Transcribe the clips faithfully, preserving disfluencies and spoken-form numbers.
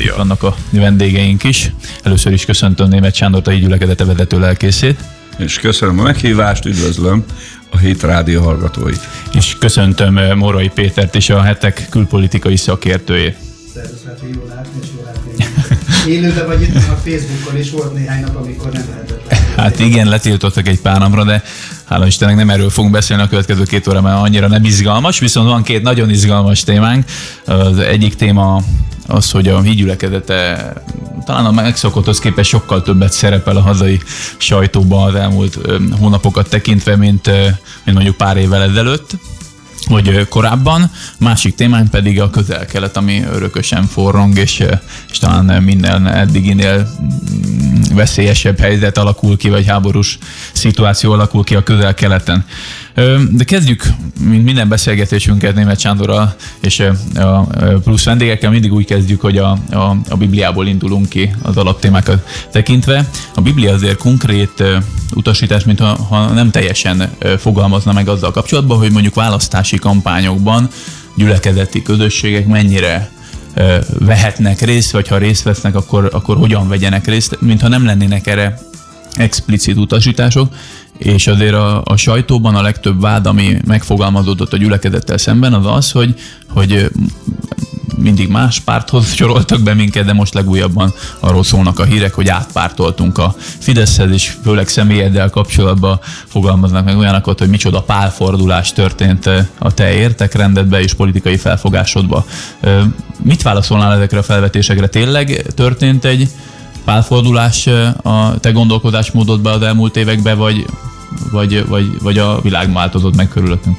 Itt vannak a vendégeink is. Először is köszöntöm Németh Sándort, a Így Gyülekezete vezető lelkészét. És köszönöm a meghívást, üdvözlöm a Hit Rádió hallgatóit. És köszöntöm Morai Pétert is, a Hetek külpolitikai szakértőjét. Szervusz, hát jól látni és jól látni. Élőben vagy itt a Facebookon is volt néhány nap, amikor nem lehetett látni. Hát igen, letiltottak egy pár napra, de hála Istennek nem erről fogunk beszélni a következő két óra, mert annyira nem izgalmas, viszont van két nagyon izgalmas témánk. Az egyik téma az, hogy a Hit Gyülekezete talán a megszokotthoz képest sokkal többet szerepel a hazai sajtóban az elmúlt hónapokat tekintve, mint, mint mondjuk pár évvel ezelőtt, vagy korábban. Másik témánk pedig a Közel-Kelet, ami örökösen forrong, és, és talán minden eddiginél veszélyesebb helyzet alakul ki, vagy háborús szituáció alakul ki a Közel-Keleten. De kezdjük, mint minden beszélgetésünket Németh Sándorral és a plusz vendégekkel, mindig úgy kezdjük, hogy a, a, a Bibliából indulunk ki az alaptémákat tekintve. A Biblia azért konkrét utasítás, mintha ha nem teljesen fogalmazna meg azzal kapcsolatban, hogy mondjuk választási kampányokban gyülekezeti közösségek mennyire vehetnek részt, vagy ha részt vesznek, akkor, akkor hogyan vegyenek részt, mintha nem lennének erre explicit utasítások, és azért a, a sajtóban a legtöbb vád, ami megfogalmazódott a gyülekezettel szemben, az az, hogy, hogy mindig más párthoz soroltak be minket, de most legújabban arról szólnak a hírek, hogy átpártoltunk a Fideszhez, és főleg személyeddel kapcsolatban fogalmaznak meg olyanokat, hogy micsoda pálfordulás történt a te értekrendedbe és politikai felfogásodba. Mit válaszolnál ezekre a felvetésekre? Tényleg történt egy pálfordulás a te gondolkodásmódodban az elmúlt években, vagy, vagy, vagy, vagy a világ változott meg körülöttünk?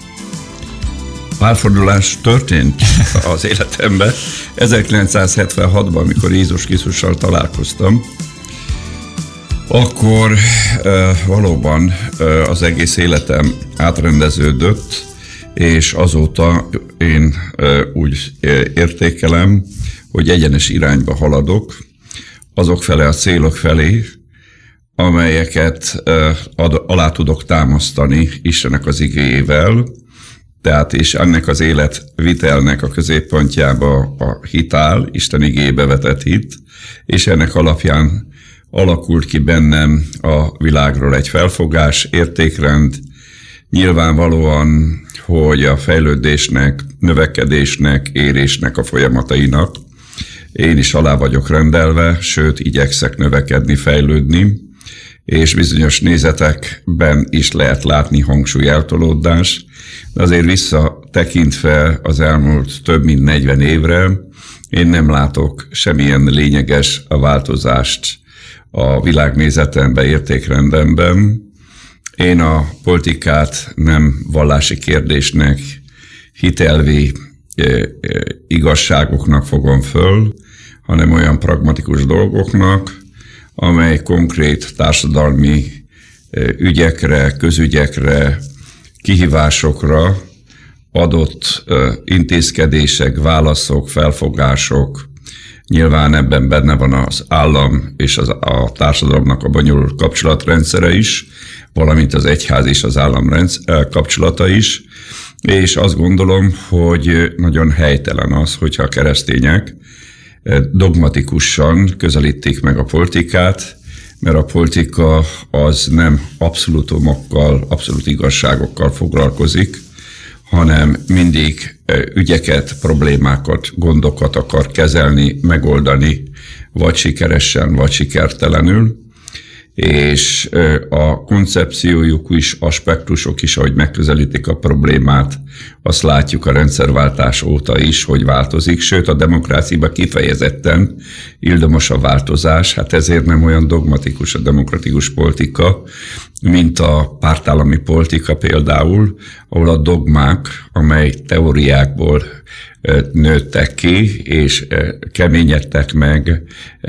Pálfordulás történt az életemben. ezerkilencszázhetvenhatban, amikor Jézus Krisztussal találkoztam, akkor e, valóban e, az egész életem átrendeződött, és azóta én e, úgy értékelem, hogy egyenes irányba haladok, azok felé a célok felé, amelyeket e, ad, alá tudok támasztani Istennek az igéjével, tehát és ennek az életvitelnek a középpontjába a hit áll, Isten igéjébe vetett hit, és ennek alapján alakult ki bennem a világról egy felfogás, értékrend, nyilvánvalóan, hogy a fejlődésnek, növekedésnek, érésnek a folyamatainak én is alá vagyok rendelve, sőt, igyekszek növekedni, fejlődni, és bizonyos nézetekben is lehet látni hangsúlyeltolódás, de azért visszatekintve az elmúlt több mint negyven évre, én nem látok semmilyen lényeges a változást a világnézetemben, értékrendemben. Én a politikát nem vallási kérdésnek, hitelvi igazságoknak fogom föl, hanem olyan pragmatikus dolgoknak, amely konkrét társadalmi ügyekre, közügyekre, kihívásokra adott intézkedések, válaszok, felfogások. Nyilván ebben benne van az állam és az, a társadalomnak a bonyolult kapcsolatrendszere is, valamint az egyház és az állam rendszer, kapcsolata is, és azt gondolom, hogy nagyon helytelen az, hogyha a keresztények dogmatikusan közelítik meg a politikát, mert a politika az nem abszolútumokkal, abszolút igazságokkal foglalkozik, hanem mindig ügyeket, problémákat, gondokat akar kezelni, megoldani, vagy sikeresen, vagy sikertelenül, és a koncepciójuk is, aspektusok is, ahogy megközelítik a problémát, azt látjuk a rendszerváltás óta is, hogy változik, sőt a demokráciában kifejezetten ildomos a változás, hát ezért nem olyan dogmatikus a demokratikus politika, mint a pártállami politika például, ahol a dogmák, amely teóriákból nőttek ki, és keményedtek meg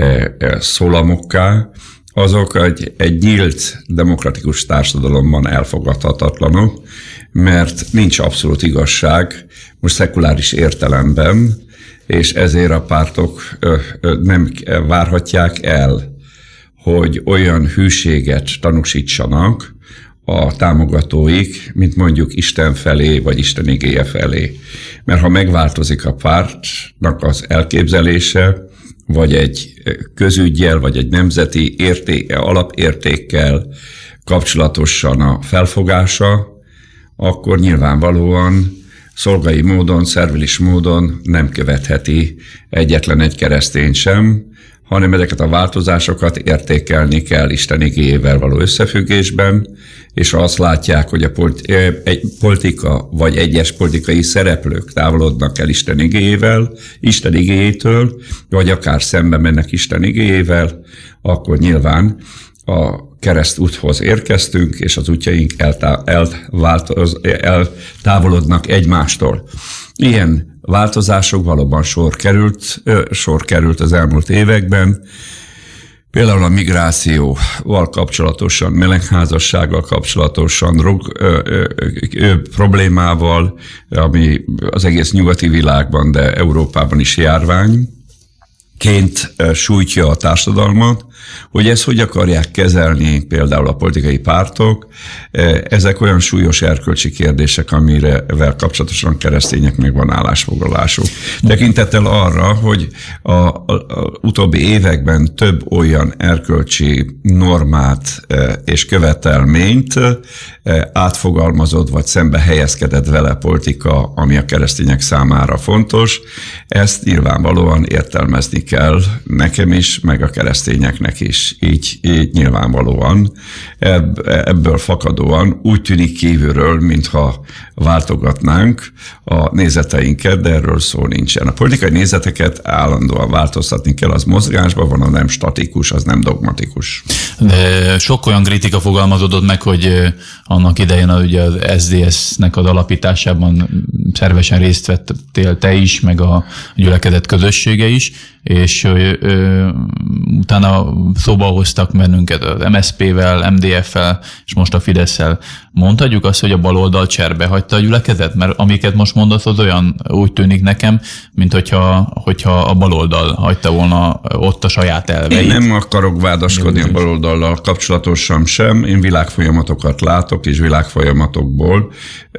szólamokká, azok egy, egy nyílt demokratikus társadalomban elfogadhatatlanok, mert nincs abszolút igazság, most szekuláris értelemben, és ezért a pártok nem várhatják el, hogy olyan hűséget tanúsítsanak a támogatóik, mint mondjuk Isten felé, vagy Isten igéje felé. Mert ha megváltozik a pártnak az elképzelése, vagy egy közüggyel, vagy egy nemzeti érté- alapértékkel kapcsolatosan a felfogása, akkor nyilvánvalóan szolgai módon, szervilis módon nem követheti egyetlen egy keresztény sem, hanem ezeket a változásokat értékelni kell Isten igéjével való összefüggésben, és ha azt látják, hogy a politi- egy politika vagy egyes politikai szereplők távolodnak el Isten igéjével, Isten igéjétől, vagy akár szembe mennek Isten igéjével, akkor nyilván a keresztúthoz érkeztünk, és az útjaink eltá- elváltoz- eltávolodnak egymástól. Ilyen változások valóban sor került, sor került az elmúlt években, például a migrációval kapcsolatosan, melegházassággal kapcsolatosan, rog, ö, ö, ö, problémával, ami az egész nyugati világban, de Európában is járvány, ként sújtja a társadalmat, hogy ezt hogy akarják kezelni például a politikai pártok. Ezek olyan súlyos erkölcsi kérdések, amivel kapcsolatosan keresztényeknek van állásfoglalásuk. Tekintettel arra, hogy a, a, a utóbbi években több olyan erkölcsi normát és követelményt átfogalmazott, vagy szembe helyezkedett vele politika, ami a keresztények számára fontos, ezt nyilvánvalóan értelmezni kell nekem is, meg a keresztényeknek is. Így, így nyilvánvalóan ebből fakadóan úgy tűnik kívülről, mintha váltogatnánk a nézeteinket, de erről szó nincsen. A politikai nézeteket állandóan változtatni kell, az mozgásban van, az nem statikus, az nem dogmatikus. De sok olyan kritika fogalmazódott meg, hogy annak idején ugye az es zé es-nek az alapításában szervesen részt vettél te is, meg a gyülekezet közössége is, és ö, ö, utána szóba hoztak bennünket az em es zé pé-vel, em dé ef-fel, és most a Fidesz-szel. Mondhatjuk azt, hogy a baloldal cserbe hagyta a gyülekezet? Mert amiket most mondasz, az olyan úgy tűnik nekem, mint hogyha, hogyha a baloldal hagyta volna ott a saját elveit. Én nem akarok vádaskodni a baloldallal kapcsolatosan sem. Én világfolyamatokat látok, és világfolyamatokból,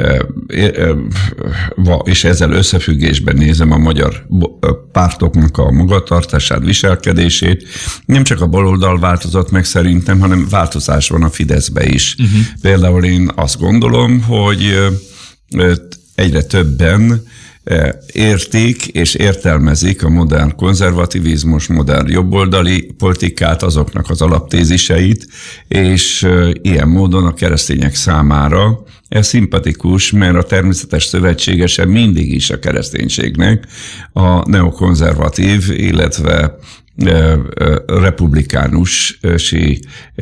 és ezzel összefüggésben nézem a magyar pártoknak a magatartását, viselkedését. Nem csak a baloldal változott meg szerintem, hanem változás van a Fideszbe is. Uh-huh. Például én azt gondolom, hogy egyre többen értik és értelmezik a modern konzervativizmus, modern jobboldali politikát, azoknak az alaptéziseit, és ilyen módon a keresztények számára ez szimpatikus, mert a természetes szövetségese mindig is a kereszténységnek a neokonzervatív, illetve republikánusi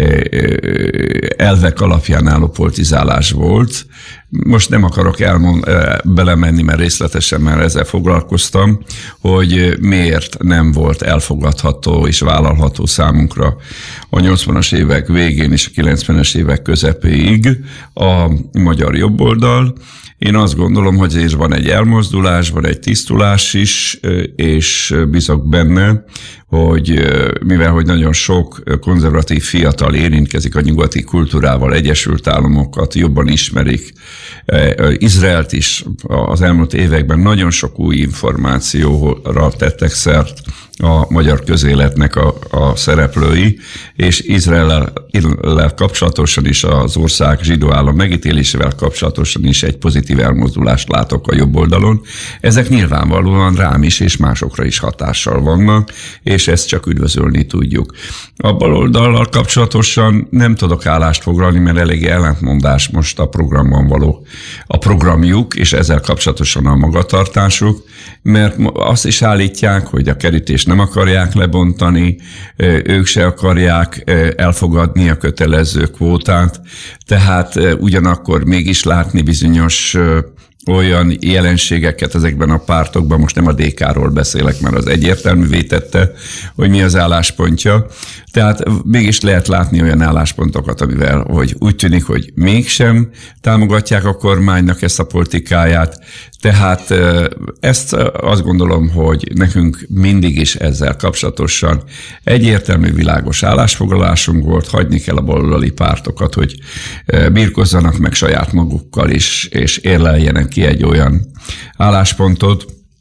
elvek alapján álló politizálás volt. Most nem akarok elmond, belemenni, mert részletesen már ezzel foglalkoztam, hogy miért nem volt elfogadható és vállalható számunkra a nyolcvanas évek végén és a kilencvenes évek közepéig a magyar jobboldal. Én azt gondolom, hogy ez van egy elmozdulás, van egy tisztulás is, és bízok benne, hogy mivel hogy nagyon sok konzervatív fiatal érintkezik a nyugati kultúrával, Egyesült Államokat jobban ismerik, Izraelt is az elmúlt években nagyon sok új információra tettek szert a magyar közéletnek a, a szereplői, és Izraellel kapcsolatosan is az ország zsidó állam megítélésével kapcsolatosan is egy pozitív elmozdulást látok a jobb oldalon. Ezek nyilvánvalóan rám is és másokra is hatással vannak, és ezt csak üdvözölni tudjuk. A baloldallal kapcsolatosan nem tudok állást foglalni, mert elég ellentmondás most a programban való a programjuk, és ezzel kapcsolatosan a magatartásuk, mert azt is állítják, hogy a kerítést nem akarják lebontani, ők se akarják elfogadni a kötelező kvótát, tehát ugyanakkor mégis látni bizonyos olyan jelenségeket ezekben a pártokban, most nem a dé ká-ról beszélek, mert az egyértelművé tette, hogy mi az álláspontja. Tehát mégis lehet látni olyan álláspontokat, amivel hogy úgy tűnik, hogy mégsem támogatják a kormánynak ezt a politikáját. Tehát ezt azt gondolom, hogy nekünk mindig is ezzel kapcsolatosan egyértelmű, világos állásfoglalásunk volt, hagyni kell a baloldali pártokat, hogy birkozzanak meg saját magukkal is, és érleljenek ki egy olyan álláspontot,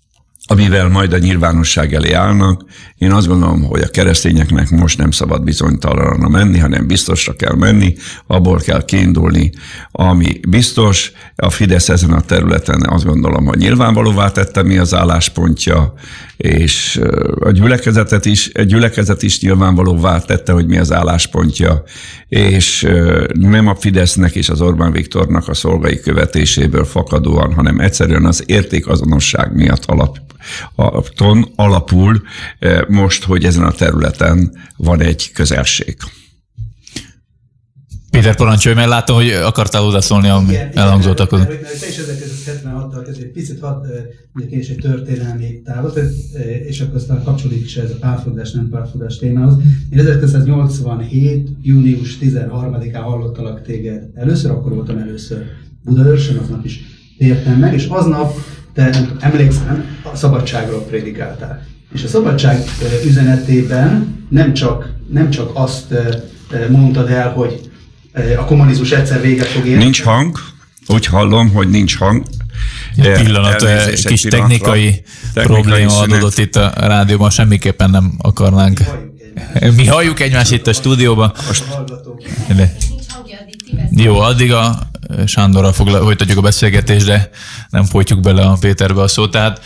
amivel majd a nyilvánosság elé állnak. Én azt gondolom, hogy a keresztényeknek most nem szabad bizonytalanra menni, hanem biztosra kell menni, abból kell kiindulni, ami biztos. A Fidesz ezen a területen azt gondolom, hogy nyilvánvalóvá tette, mi az álláspontja, és a gyülekezetet is, a gyülekezet is nyilvánvalóvá tette, hogy mi az álláspontja, és nem a Fidesznek és az Orbán Viktornak a szolgai követéséből fakadóan, hanem egyszerűen az értékazonosság miatt alap, a ton alapul most, hogy ezen a területen van egy közelség. Péter, parancsolj, mert látom, hogy akartál hozzászólni a elhangzottakhoz. Te is ezerkilencszázhetvenhattal kezdve egy picit hadd mondjak én is egy történelmi távot, és akkor aztán kapcsolódik is ez a pártfordulás, nem pártfordulás témához. Én ezerkilencszáznyolcvanhét. június tizenharmadikán hallottalak téged először, akkor voltam először Budaörsön, aznap is tértem meg, és aznap te emlékszem, a szabadságról prédikáltál. És a szabadság üzenetében nem csak, nem csak azt mondtad el, hogy a kommunizmus egyszer véget fog érni. Nincs hang, úgy hallom, hogy nincs hang. Egy pillanat, elnézést, kis egy technikai, technikai probléma adódott itt a rádióban, semmiképpen nem akarnánk. Mi halljuk egymást itt a stúdióban. De. Jó, addig a Sándorral folytatjuk a beszélgetést, de nem folytjuk bele a Péterbe a szót. Tehát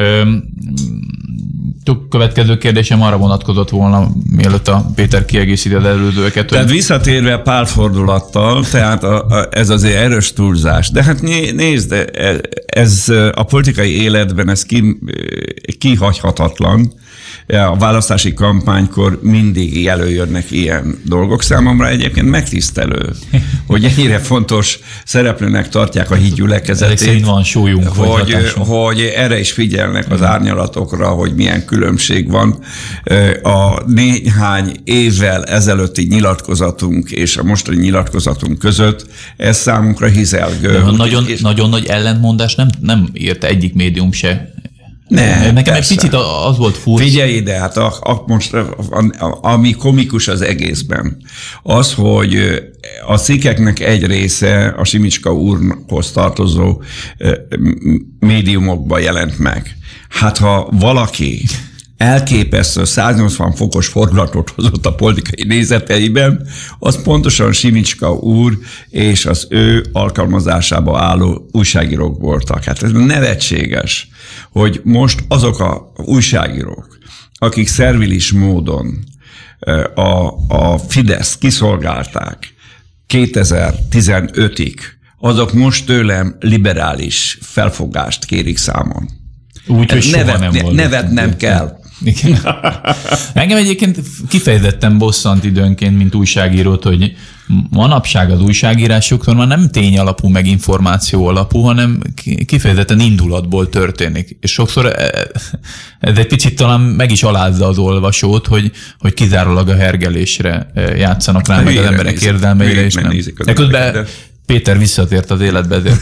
a következő kérdésem arra vonatkozott volna, mielőtt a Péter kiegészíti az elődőeket. Tehát hogy... visszatérve pártfordulattal, tehát a, a, ez azért erős túlzás. De hát nézd, ez a politikai életben ez ki, kihagyhatatlan. A választási kampánykor mindig előjönnek ilyen dolgok. Számomra egyébként megtisztelő, hogy ennyire fontos szereplőnek tartják a hídgyülekezetét. Ezek van sólyunk, hogy, hogy erre is figyelnek az árnyalatokra, hogy milyen különbség van. A néhány évvel ezelőtti nyilatkozatunk és a mostani nyilatkozatunk között ez számunkra hizelgő. Nagyon, és... nagyon nagy ellentmondás nem, nem írt egyik médium se. Ne, Nekem persze. egy picit az volt furcsa. Figyelj ide, hát a, a, most, a, a, ami komikus az egészben, az, hogy a cikkeknek egy része a Simicska úrhoz tartozó médiumokban jelent meg. Hát ha valaki elképesztő száznyolcvan fokos fordulatot hozott a politikai nézeteiben, az pontosan Simicska úr és az ő alkalmazásába álló újságírók voltak. Hát ez nevetséges, hogy most azok a újságírók, akik szervilis módon a, a Fidesz kiszolgálták kétezer-tizenötig, azok most tőlem liberális felfogást kérik számon. Úgy, hogy soha nevet, nem ne, volt. nevetnem kell. Igen. Engem egyébként kifejezetten bosszant időnként, mint újságírót, hogy manapság az újságírás sokszor már nem tény alapú, meg információ alapú, hanem kifejezetten indulatból történik. És sokszor ez egy picit talán meg is alázza az olvasót, hogy, hogy kizárólag a hergelésre játszanak rá, meg az emberek érdelmeire, és nem. De közben Péter visszatért az életbe, ezért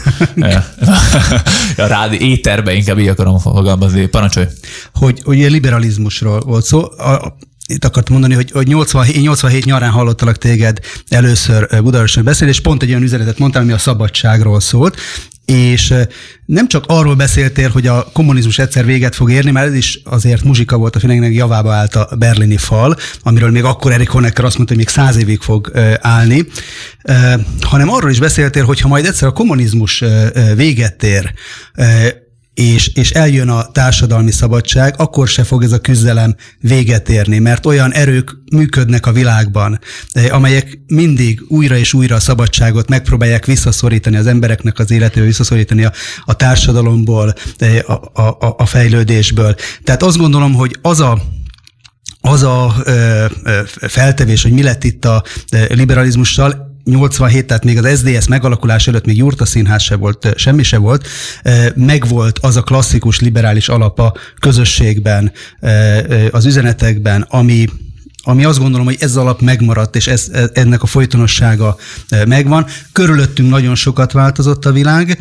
a rádi éterbe inkább így akarom fogalmazni. Parancsolj! Hogy, hogy a liberalizmusról volt szó. A, itt akartam mondani, hogy, hogy nyolcvanhét nyarán hallottalak téged először Budaörsön beszélni, és pont egy olyan üzenetet mondtál, ami a szabadságról szólt, és nem csak arról beszéltél, hogy a kommunizmus egyszer véget fog érni, mert ez is azért muzsika volt, a fényeknek javába állt a berlini fal, amiről még akkor Erich Honecker azt mondta, hogy még száz évig fog állni, hanem arról is beszéltél, hogy ha majd egyszer a kommunizmus véget ér, és, és eljön a társadalmi szabadság, akkor se fog ez a küzdelem véget érni, mert olyan erők működnek a világban, amelyek mindig újra és újra a szabadságot megpróbálják visszaszorítani az embereknek az életéből, visszaszorítani a, a társadalomból, a, a, a fejlődésből. Tehát azt gondolom, hogy az a az a ö, ö, feltevés, hogy mi lett itt a liberalizmussal, nyolcvanhét, tehát még az es zé es megalakulás előtt még Jurta Színház se volt, semmi se volt, megvolt az a klasszikus liberális alap a közösségben, az üzenetekben, ami, ami azt gondolom, hogy ez alap megmaradt, és ez, ennek a folytonossága megvan. Körülöttünk nagyon sokat változott a világ.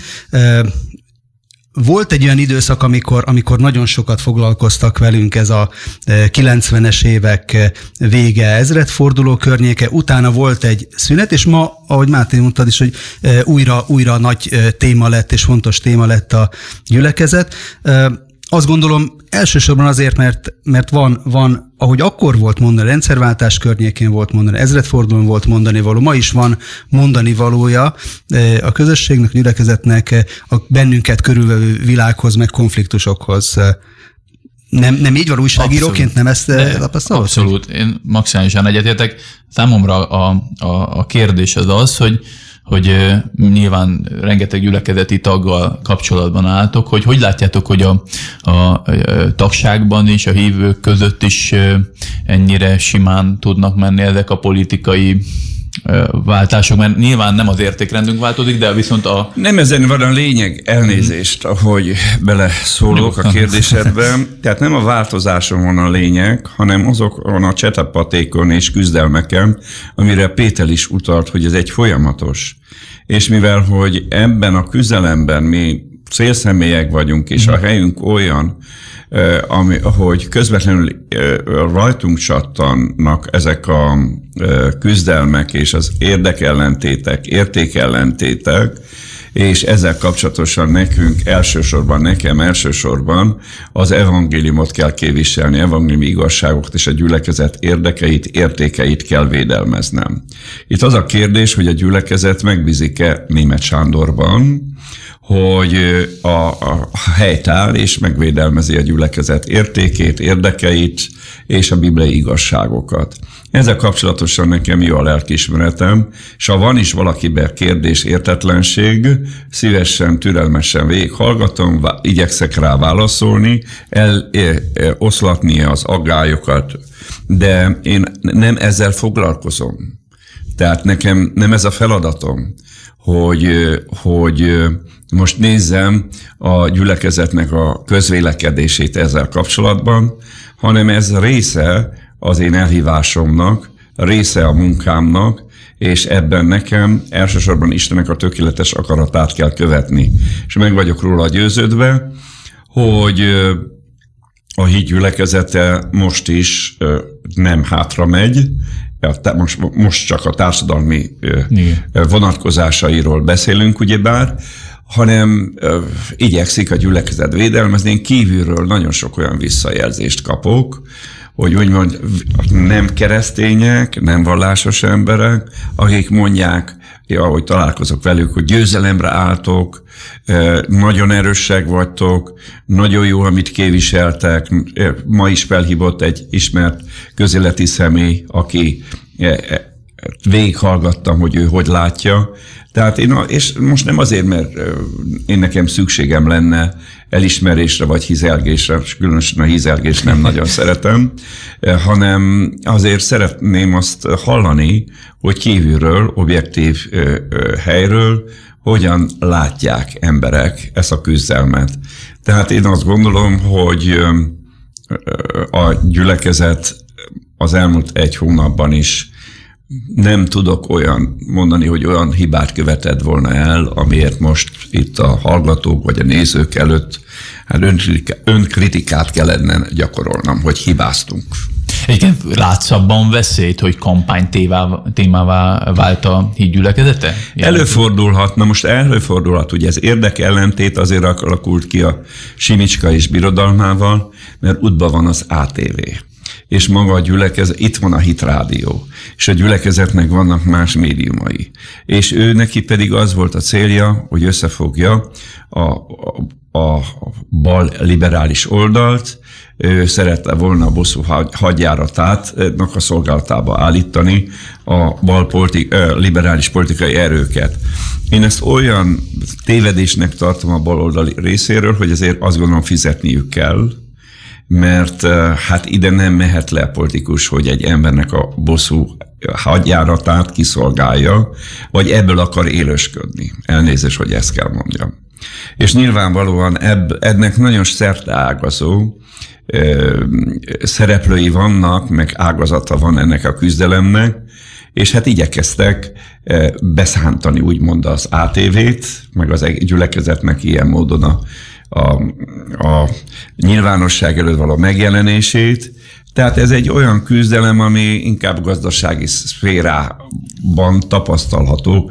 Volt egy olyan időszak, amikor, amikor nagyon sokat foglalkoztak velünk, ez a kilencvenes évek vége, ezredforduló környéke, utána volt egy szünet, és ma, ahogy Máté mondtad is, hogy újra, újra nagy téma lett, és fontos téma lett a gyülekezet. azt gondolom elsősorban azért, mert, mert van, van, ahogy akkor volt mondani, rendszerváltás környékén volt mondani, ezredfordulón volt mondani való, ma is van mondani valója a közösségnek, a gyülekezetnek, a bennünket körülvevő világhoz, meg konfliktusokhoz. Nem, nem így van újságíróként, nem ezt tapasztalod? Abszolút, én maximálisan egyetértek. Számomra a, a, a kérdés az az, hogy hogy nyilván rengeteg gyülekezeti taggal kapcsolatban álltok, hogy hogy látjátok, hogy a, a, a tagságban és a hívők között is ennyire simán tudnak menni ezek a politikai váltások, mert nyilván nem az értékrendünk változik, de viszont a... Nem ezen van a lényeg, elnézést, ahogy beleszólok a kérdésedben. Tehát nem a változáson van a lényeg, hanem azokon a csetapatékon és küzdelmeken, amire Péter is utalt, hogy ez egy folyamatos. És mivel, hogy ebben a küzdelemben mi célszemélyek vagyunk, és a helyünk olyan, ami, hogy közvetlenül rajtunk csattannak ezek a küzdelmek és az érdekellentétek, értékellentétek, és ezzel kapcsolatosan nekünk elsősorban, nekem elsősorban az evangéliumot kell képviselni, evangéliumi igazságokat és a gyülekezet érdekeit, értékeit kell védelmeznem. Itt az a kérdés, hogy a gyülekezet megbízik-e Németh Sándorban, hogy a, a helytáll és megvédelmezi a gyülekezet értékét, érdekeit és a bibliai igazságokat. Ezzel kapcsolatosan nekem jó a lelkiismeretem, és ha van is valakiben kérdés, értetlenség, szívesen, türelmesen végighallgatom, igyekszek rá válaszolni, eloszlatni az aggályokat, de én nem ezzel foglalkozom. Tehát nekem nem ez a feladatom, hogy, hogy most nézzem a gyülekezetnek a közvélekedését ezzel kapcsolatban, hanem ez része az én elhívásomnak, része a munkámnak, és ebben nekem elsősorban Istennek a tökéletes akaratát kell követni. És meg vagyok róla győződve, hogy a híd gyülekezete most is nem hátra megy, most, most csak a társadalmi Igen. vonatkozásairól beszélünk, ugyebár, hanem ö, igyekszik a gyülekezet védelmezni. Én kívülről nagyon sok olyan visszajelzést kapok, hogy úgymond nem keresztények, nem vallásos emberek, akik mondják, ahogy találkozok velük, hogy győzelemre álltok, nagyon erősek vagytok, nagyon jó, amit képviseltek. Ma is felhívott egy ismert közéleti személy, aki végighallgattam, hogy ő hogy látja. Tehát én, és most nem azért, mert én nekem szükségem lenne elismerésre vagy hizelgésre, és különösen a hizelgést nem nagyon szeretem, hanem azért szeretném azt hallani, hogy kívülről, objektív helyről hogyan látják emberek ezt a küzdelmet. Tehát én azt gondolom, hogy a gyülekezet az elmúlt egy hónapban is nem tudok olyan mondani, hogy olyan hibát követett volna el, amiért most itt a hallgatók vagy a nézők előtt hát önkritikát kellene gyakorolnom, hogy hibáztunk. Egyébként látsz abban veszélyt, hogy kampány témává vált a híd gyülekezete? Előfordulhat, na most előfordulhat, ugye ez érdekellentét azért alakult ki a Simicska és birodalmával, mert útban van az á té vé. És maga a gyülekezet, itt van a Hit Rádió, és a gyülekezetnek vannak más médiumai. És ő neki pedig az volt a célja, hogy összefogja a, a, a bal liberális oldalt, ő szerette volna a bosszú hadjáratát a szolgálatába állítani a bal politi- liberális politikai erőket. Én ezt olyan tévedésnek tartom a baloldali részéről, hogy ezért azt gondolom fizetniük kell, mert hát ide nem mehet le a politikus, hogy egy embernek a bosszú hadjáratát kiszolgálja, vagy ebből akar élősködni. Elnézést, hogy ezt kell mondjam. És nyilvánvalóan ebb, ennek nagyon szerteágazó ö, szereplői vannak, meg ágazata van ennek a küzdelemnek, és hát igyekeztek beszántani úgymond az á té vét, meg az gyülekezetnek ilyen módon a A, a nyilvánosság előtt való megjelenését. Tehát ez egy olyan küzdelem, ami inkább gazdasági szférában tapasztalható,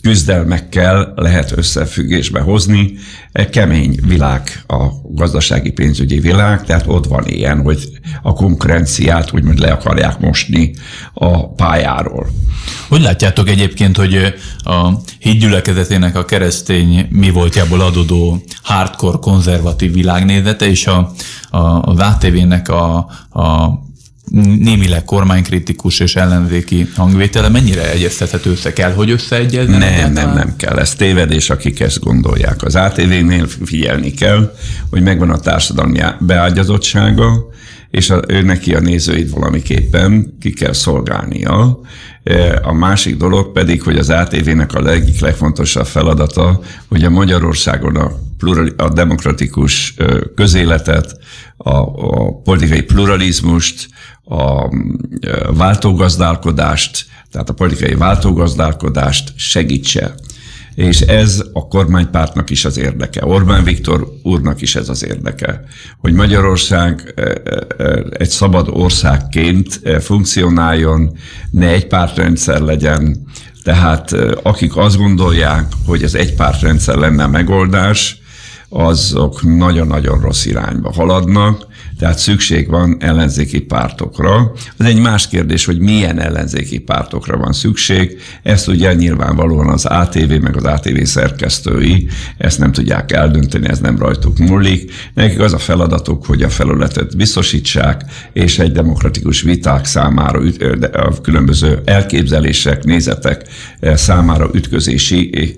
küzdelmekkel lehet összefüggésbe hozni. Kemény világ a gazdasági pénzügyi világ, tehát ott van ilyen, hogy a konkurenciát úgymond le akarják mosni a pályáról. Hogy látjátok egyébként, hogy a hídgyülekezetének a keresztény mi voltjából adódó hardcore konzervatív világnézete és a, a, az á té vé-nek a, a némileg kormánykritikus és ellenzéki hangvétele mennyire egyeztethető össze? Kell, hogy összeegyezzen? Nem, nem, nem kell. Ez tévedés, akik ezt gondolják. Az á té vé-nél figyelni kell, hogy megvan a társadalmi beágyazottsága, és a, ő neki a nézőit valamiképpen ki kell szolgálnia. A másik dolog pedig, hogy az á té vé-nek a egyik legfontosabb feladata, hogy a Magyarországon a, plural, a demokratikus közéletet, a, a politikai pluralizmust, a váltógazdálkodást, tehát a politikai váltógazdálkodást segítse. És ez a kormánypártnak is az érdeke. Orbán Viktor úrnak is ez az érdeke, hogy Magyarország egy szabad országként funkcionáljon, ne egy pártrendszer legyen. Tehát akik azt gondolják, hogy ez egy pártrendszer lenne a megoldás, azok nagyon-nagyon rossz irányba haladnak, tehát szükség van ellenzéki pártokra. Az egy más kérdés, hogy milyen ellenzéki pártokra van szükség. Ezt ugye nyilvánvalóan az á té vé meg az á té vé szerkesztői ezt nem tudják eldönteni, ez nem rajtuk múlik. Nekik az a feladatuk, hogy a felületet biztosítsák, és egy demokratikus viták számára, a különböző elképzelések, nézetek számára ütközési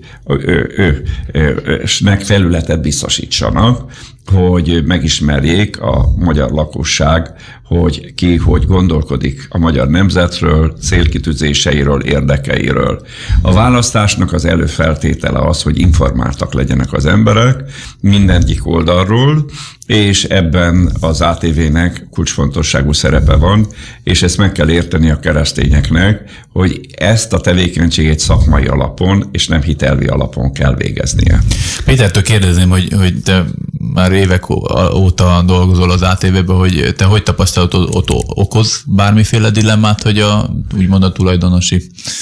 felületet biztosítsanak, hogy megismerjék a magyar lakosság, hogy ki hogy gondolkodik a magyar nemzetről, célkitűzéseiről, érdekeiről. A választásnak az előfeltétele az, hogy informáltak legyenek az emberek mindegyik oldalról, és ebben az á té vé-nek kulcsfontosságú szerepe van, és ezt meg kell érteni a keresztényeknek, hogy ezt a tevékenységet szakmai alapon, és nem hitelvi alapon kell végeznie. Pétertől kérdezném, hogy, hogy te már évek óta dolgozol az á té vé-ben, hogy te hogy tapasztalod, ott okoz bármiféle dilemmát, hogy a, úgymond a tulajdonosi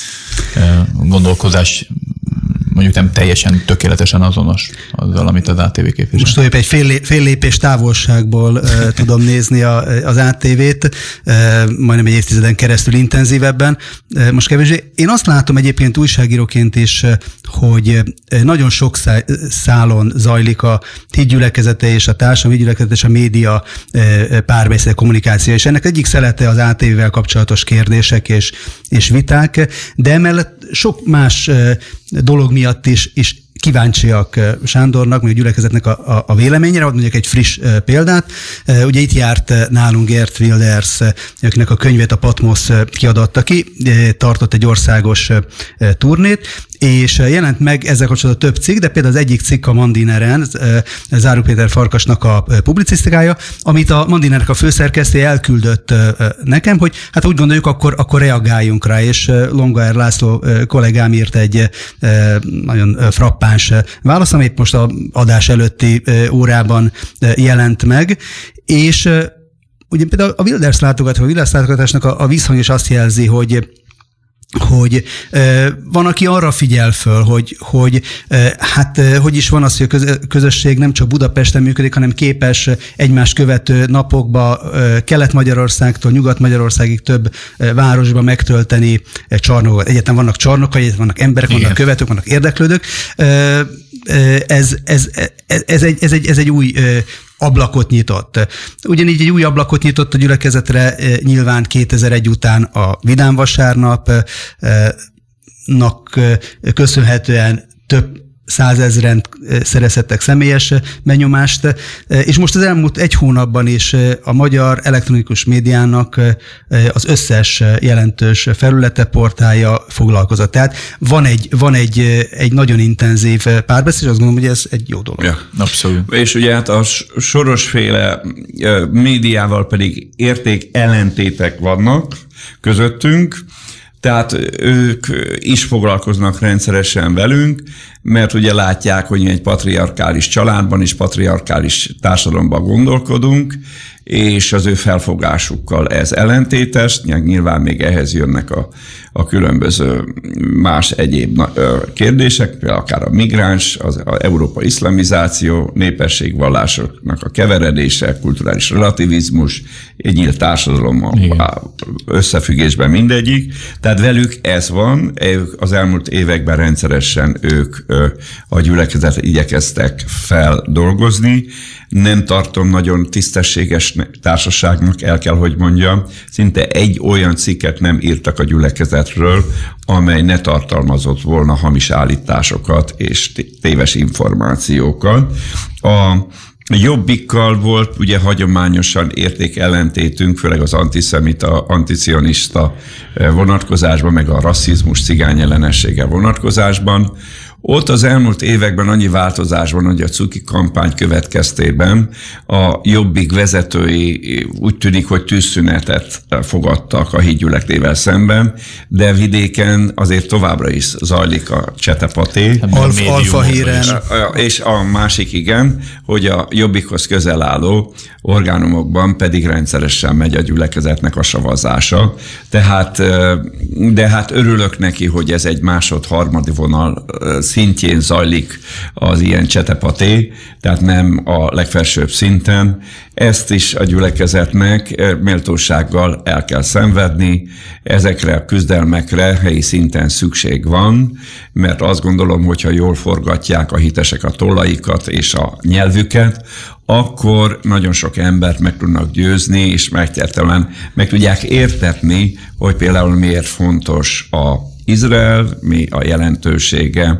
gondolkozás mondjuk nem teljesen tökéletesen azonos azzal, amit az á té vé képvisel. Most tulajdonképpen egy fél, fél lépés távolságból uh, tudom nézni a, az á té vét, uh, majdnem egy évtizeden keresztül intenzívebben. Uh, most kevésbé. Én azt látom egyébként újságíróként is, uh, hogy nagyon sok szálon zajlik a hídgyülekezete és a társadalmi hídgyülekezete és a média uh, párbeszéd, kommunikáció, és ennek egyik szelete az á té vével kapcsolatos kérdések és, és viták, de emellett sok más uh, dolog miatt is, is kíváncsiak Sándornak, vagy a gyülekezetnek a, a, a véleményére. Mondjuk egy friss uh, példát. Uh, ugye itt járt nálunk Geert Wilders, uh, akinek a könyvét a Patmos uh, kiadatta ki, uh, tartott egy országos uh, turnét, és jelent meg ezzel kapcsolatban több cikk, de például az egyik cikk a Mandineren, Záró Péter Farkasnak a publicisztikája, amit a Mandinernek a főszerkesztője elküldött nekem, hogy hát úgy gondoljuk, akkor, akkor reagáljunk rá, és Longaer László kollégám írt egy nagyon frappáns válasz, ami most az adás előtti órában jelent meg, és ugye például a Wilders látogatás, a Wilders látogatásnak a, a viszony is azt jelzi, hogy hogy uh, van, aki arra figyel föl, hogy, hogy uh, hát uh, hogy is van az, hogy a közösség nem csak Budapesten működik, hanem képes egymás követő napokba uh, Kelet-Magyarországtól Nyugat-Magyarországig több uh, városba megtölteni uh, csarnokokat. Egyáltalán vannak csarnokai, egyáltalán vannak emberek, igen, vannak követők, vannak érdeklődők. Uh, uh, ez, ez, ez, ez, egy, ez, egy, ez egy új uh, ablakot nyitott. Ugyanígy egy új ablakot nyitott a gyülekezetre nyilván kétezer-egy után a Vidám Vasárnapnak köszönhetően több százezren szerezhettek személyes benyomást, és most az elmúlt egy hónapban is a magyar elektronikus médiának az összes jelentős felülete, portálja foglalkozott. Tehát van egy, van egy, egy nagyon intenzív párbeszéd, és azt gondolom, hogy ez egy jó dolog. Ja, abszolút. És ugye hát a sorosféle médiával pedig érték ellentétek vannak közöttünk, tehát ők is foglalkoznak rendszeresen velünk, mert ugye látják, hogy egy patriarkális családban és patriarkális társadalomban gondolkodunk, és az ő felfogásukkal ez ellentétes, nyilván még ehhez jönnek a, a különböző más egyéb kérdések, például akár a migráns, az a európai iszlamizáció, népességvallásoknak a keveredése, kulturális relativizmus, egy nyílt társadalom összefüggésben mindegyik. Tehát velük ez van, ők az elmúlt években rendszeresen ők a gyülekezetet igyekeztek feldolgozni. Nem tartom nagyon tisztességes társaságnak, el kell, hogy mondjam. Szinte egy olyan cikket nem írtak a gyülekezetről, amely ne tartalmazott volna hamis állításokat és téves információkat. A Jobbikkal volt ugye hagyományosan értékellentétünk, főleg az antiszemita, anticionista vonatkozásban, meg a rasszizmus, cigányellenessége vonatkozásban. Ott az elmúlt években annyi változás van, hogy a cuki kampány következtében a Jobbik vezetői úgy tűnik, hogy tűzszünetet fogadtak a hídgyülekezettel szemben, de vidéken azért továbbra is zajlik a csetepaté. Alfa, alfa híren. És a másik igen, hogy a Jobbikhoz közel álló orgánumokban pedig rendszeresen megy a gyülekezetnek a szavazása. Tehát, de hát örülök neki, hogy ez egy másod-harmadi vonal szintjén zajlik az ilyen csetepaté, tehát nem a legfelsőbb szinten. Ezt is a gyülekezetnek méltósággal el kell szenvedni, ezekre a küzdelmekre helyi szinten szükség van, mert azt gondolom, hogyha jól forgatják a hitesek a tollaikat és a nyelvüket, akkor nagyon sok embert meg tudnak győzni, és megtértelen meg tudják értetni, hogy például miért fontos a Izrael, mi a jelentősége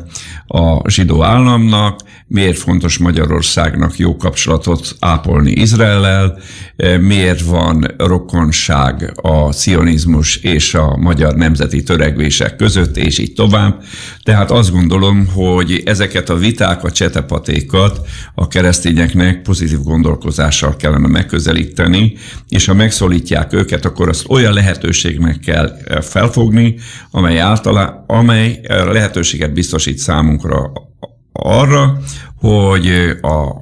a zsidó államnak, miért fontos Magyarországnak jó kapcsolatot ápolni Izraellel, miért van rokonság a cionizmus és a magyar nemzeti törekvések között, és így tovább. Tehát azt gondolom, hogy ezeket a vitákat, csetepatékat a keresztényeknek pozitív gondolkozással kellene megközelíteni, és ha megszólítják őket, akkor azt olyan lehetőségnek kell felfogni, amely általán, amely lehetőséget biztosít számunkra arra, hogy a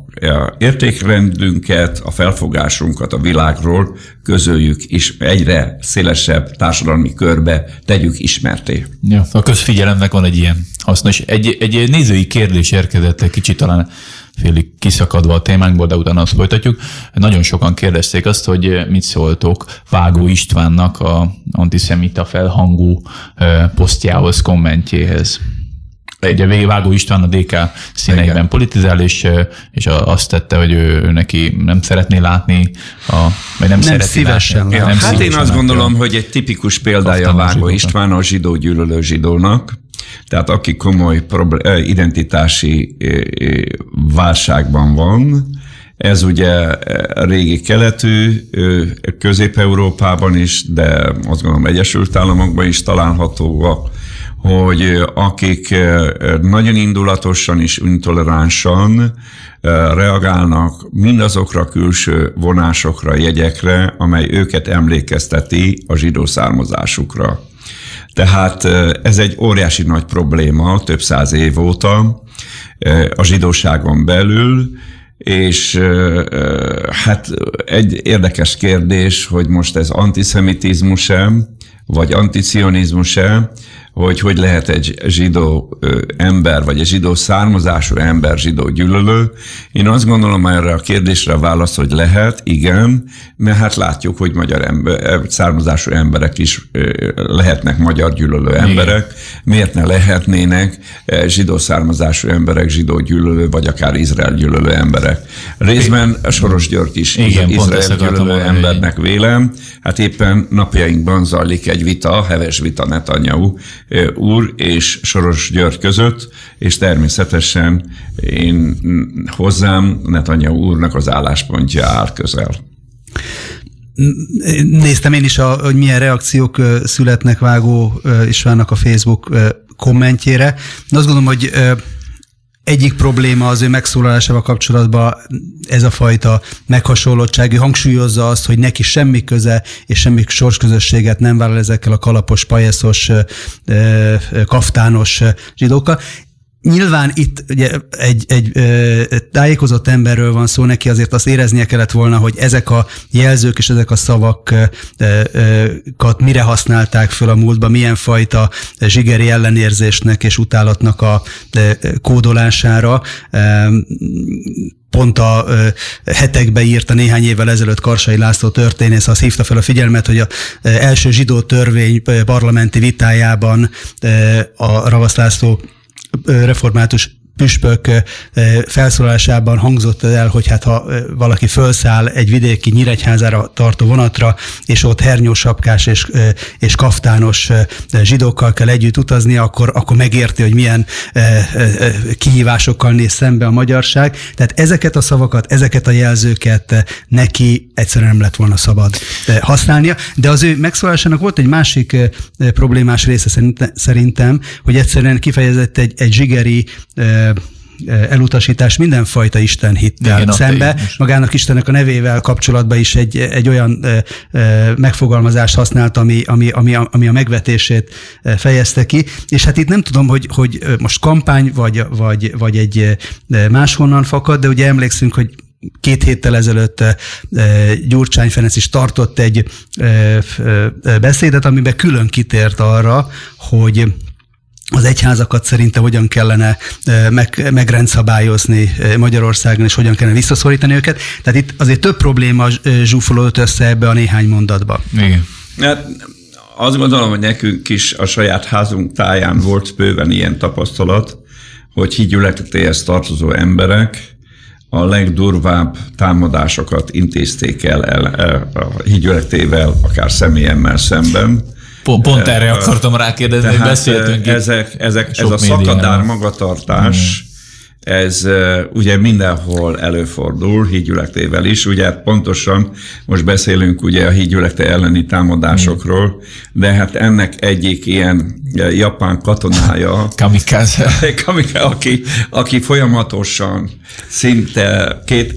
értékrendünket, a felfogásunkat a világról közöljük, és egyre szélesebb társadalmi körbe tegyük ismerté. Ja, a közfigyelemnek van egy ilyen hasznos. Egy, egy nézői kérdés érkezett, kicsit talán félig kiszakadva a témánkból, de utána azt folytatjuk. Nagyon sokan kérdezték azt, hogy mit szóltok Vágó Istvánnak a antiszemita felhangú posztjához, kommentjéhez. Ugye végig Vágó István a dé ká színeiben igen. politizál, és, és azt tette, hogy ő, ő neki nem szeretné látni, a, vagy nem, nem szereti szívesen látni. Ja, nem hát szívesen én azt gondolom, látni. hogy egy tipikus példája a Vágó István a zsidó gyűlölő zsidónak, tehát aki komoly problém, identitási válságban van, ez ugye régi keletű, Közép-Európában is, de azt gondolom Egyesült Államokban is találhatóak, hogy akik nagyon indulatosan és intoleránsan reagálnak mindazokra a külső vonásokra, jegyekre, amely őket emlékezteti a zsidó származásukra. Tehát ez egy óriási nagy probléma több száz év óta a zsidóságon belül, és hát egy érdekes kérdés, hogy most ez antiszemitizmus-e, vagy anticionizmus-e, hogy hogy lehet egy zsidó ember, vagy egy zsidó származású ember zsidó gyűlölő. Én azt gondolom erre a kérdésre a válasz, hogy lehet, igen, mert hát látjuk, hogy magyar ember, származású emberek is lehetnek magyar gyűlölő emberek. Igen. Miért ne lehetnének zsidó származású emberek, zsidó gyűlölő, vagy akár Izrael gyűlölő emberek? Részben Soros György is igen, Izrael gyűlölő embernek vélem. Hát éppen napjainkban zajlik egy vita, heves vita Netanyahu úr és Soros György között, és természetesen én hozzám Netanyahu úrnak az álláspontja áll közel. Néztem én is, a, hogy milyen reakciók születnek Vágó Istvánnak a Facebook kommentjére. De azt gondolom, hogy egyik probléma az ő megszólalásával kapcsolatban ez a fajta meghasonlottság. Ő hangsúlyozza azt, hogy neki semmi köze és semmi sorsközösséget nem vállal ezekkel a kalapos, pajeszos, kaftános zsidókkal. Nyilván itt ugye egy, egy tájékozott emberről van szó, neki azért azt éreznie kellett volna, hogy ezek a jelzők és ezek a szavakat mire használták föl a múltban, milyen fajta zsigeri ellenérzésnek és utálatnak a kódolására. Pont a hetekbe írta néhány évvel ezelőtt Karsai László történész, azt hívta fel a figyelmet, hogy az első zsidó törvény parlamenti vitájában a Ravasz László református püspök felszólásában hangzott el, hogy hát ha valaki felszáll egy vidéki Nyíregyházára tartó vonatra, és ott hernyósapkás és, és kaftános zsidókkal kell együtt utazni, akkor, akkor megérti, hogy milyen kihívásokkal néz szembe a magyarság. Tehát ezeket a szavakat, ezeket a jelzőket neki egyszerűen nem lett volna szabad használnia. De az ő megszólásának volt egy másik problémás része szerintem, hogy egyszerűen kifejezett egy, egy zsigeri elutasítás mindenfajta istenhittel igen, szembe. Magának Istennek a nevével kapcsolatban is egy, egy olyan megfogalmazást használt, ami, ami, ami, ami a megvetését fejezte ki. És hát itt nem tudom, hogy, hogy most kampány, vagy, vagy, vagy egy máshonnan fakad, de ugye emlékszünk, hogy két héttel ezelőtt Gyurcsány Ferenc is tartott egy beszédet, amiben külön kitért arra, hogy az egyházakat szerintem hogyan kellene meg, megrendszabályozni Magyarországon, és hogyan kellene visszaszorítani őket. Tehát itt azért több probléma zsúfolódott össze ebbe a néhány mondatba. Igen. Hát azt gondolom, hogy nekünk is a saját házunk táján volt bőven ilyen tapasztalat, hogy hídgyülekezetéhez tartozó emberek a legdurvább támadásokat intézték el, el, el a hídgyülekezetével, akár személyemmel szemben. Pont, pont erre akartam rákérdezni, hogy beszéltünk ezek, ezek, ez a szakadár magatartás, ez ugye mindenhol előfordul, hídgyülekezetével is. Ugye pontosan most beszélünk ugye a hídgyülekezete elleni támadásokról, de hát ennek egyik ilyen japán katonája, kamikaze, aki, aki folyamatosan szinte két,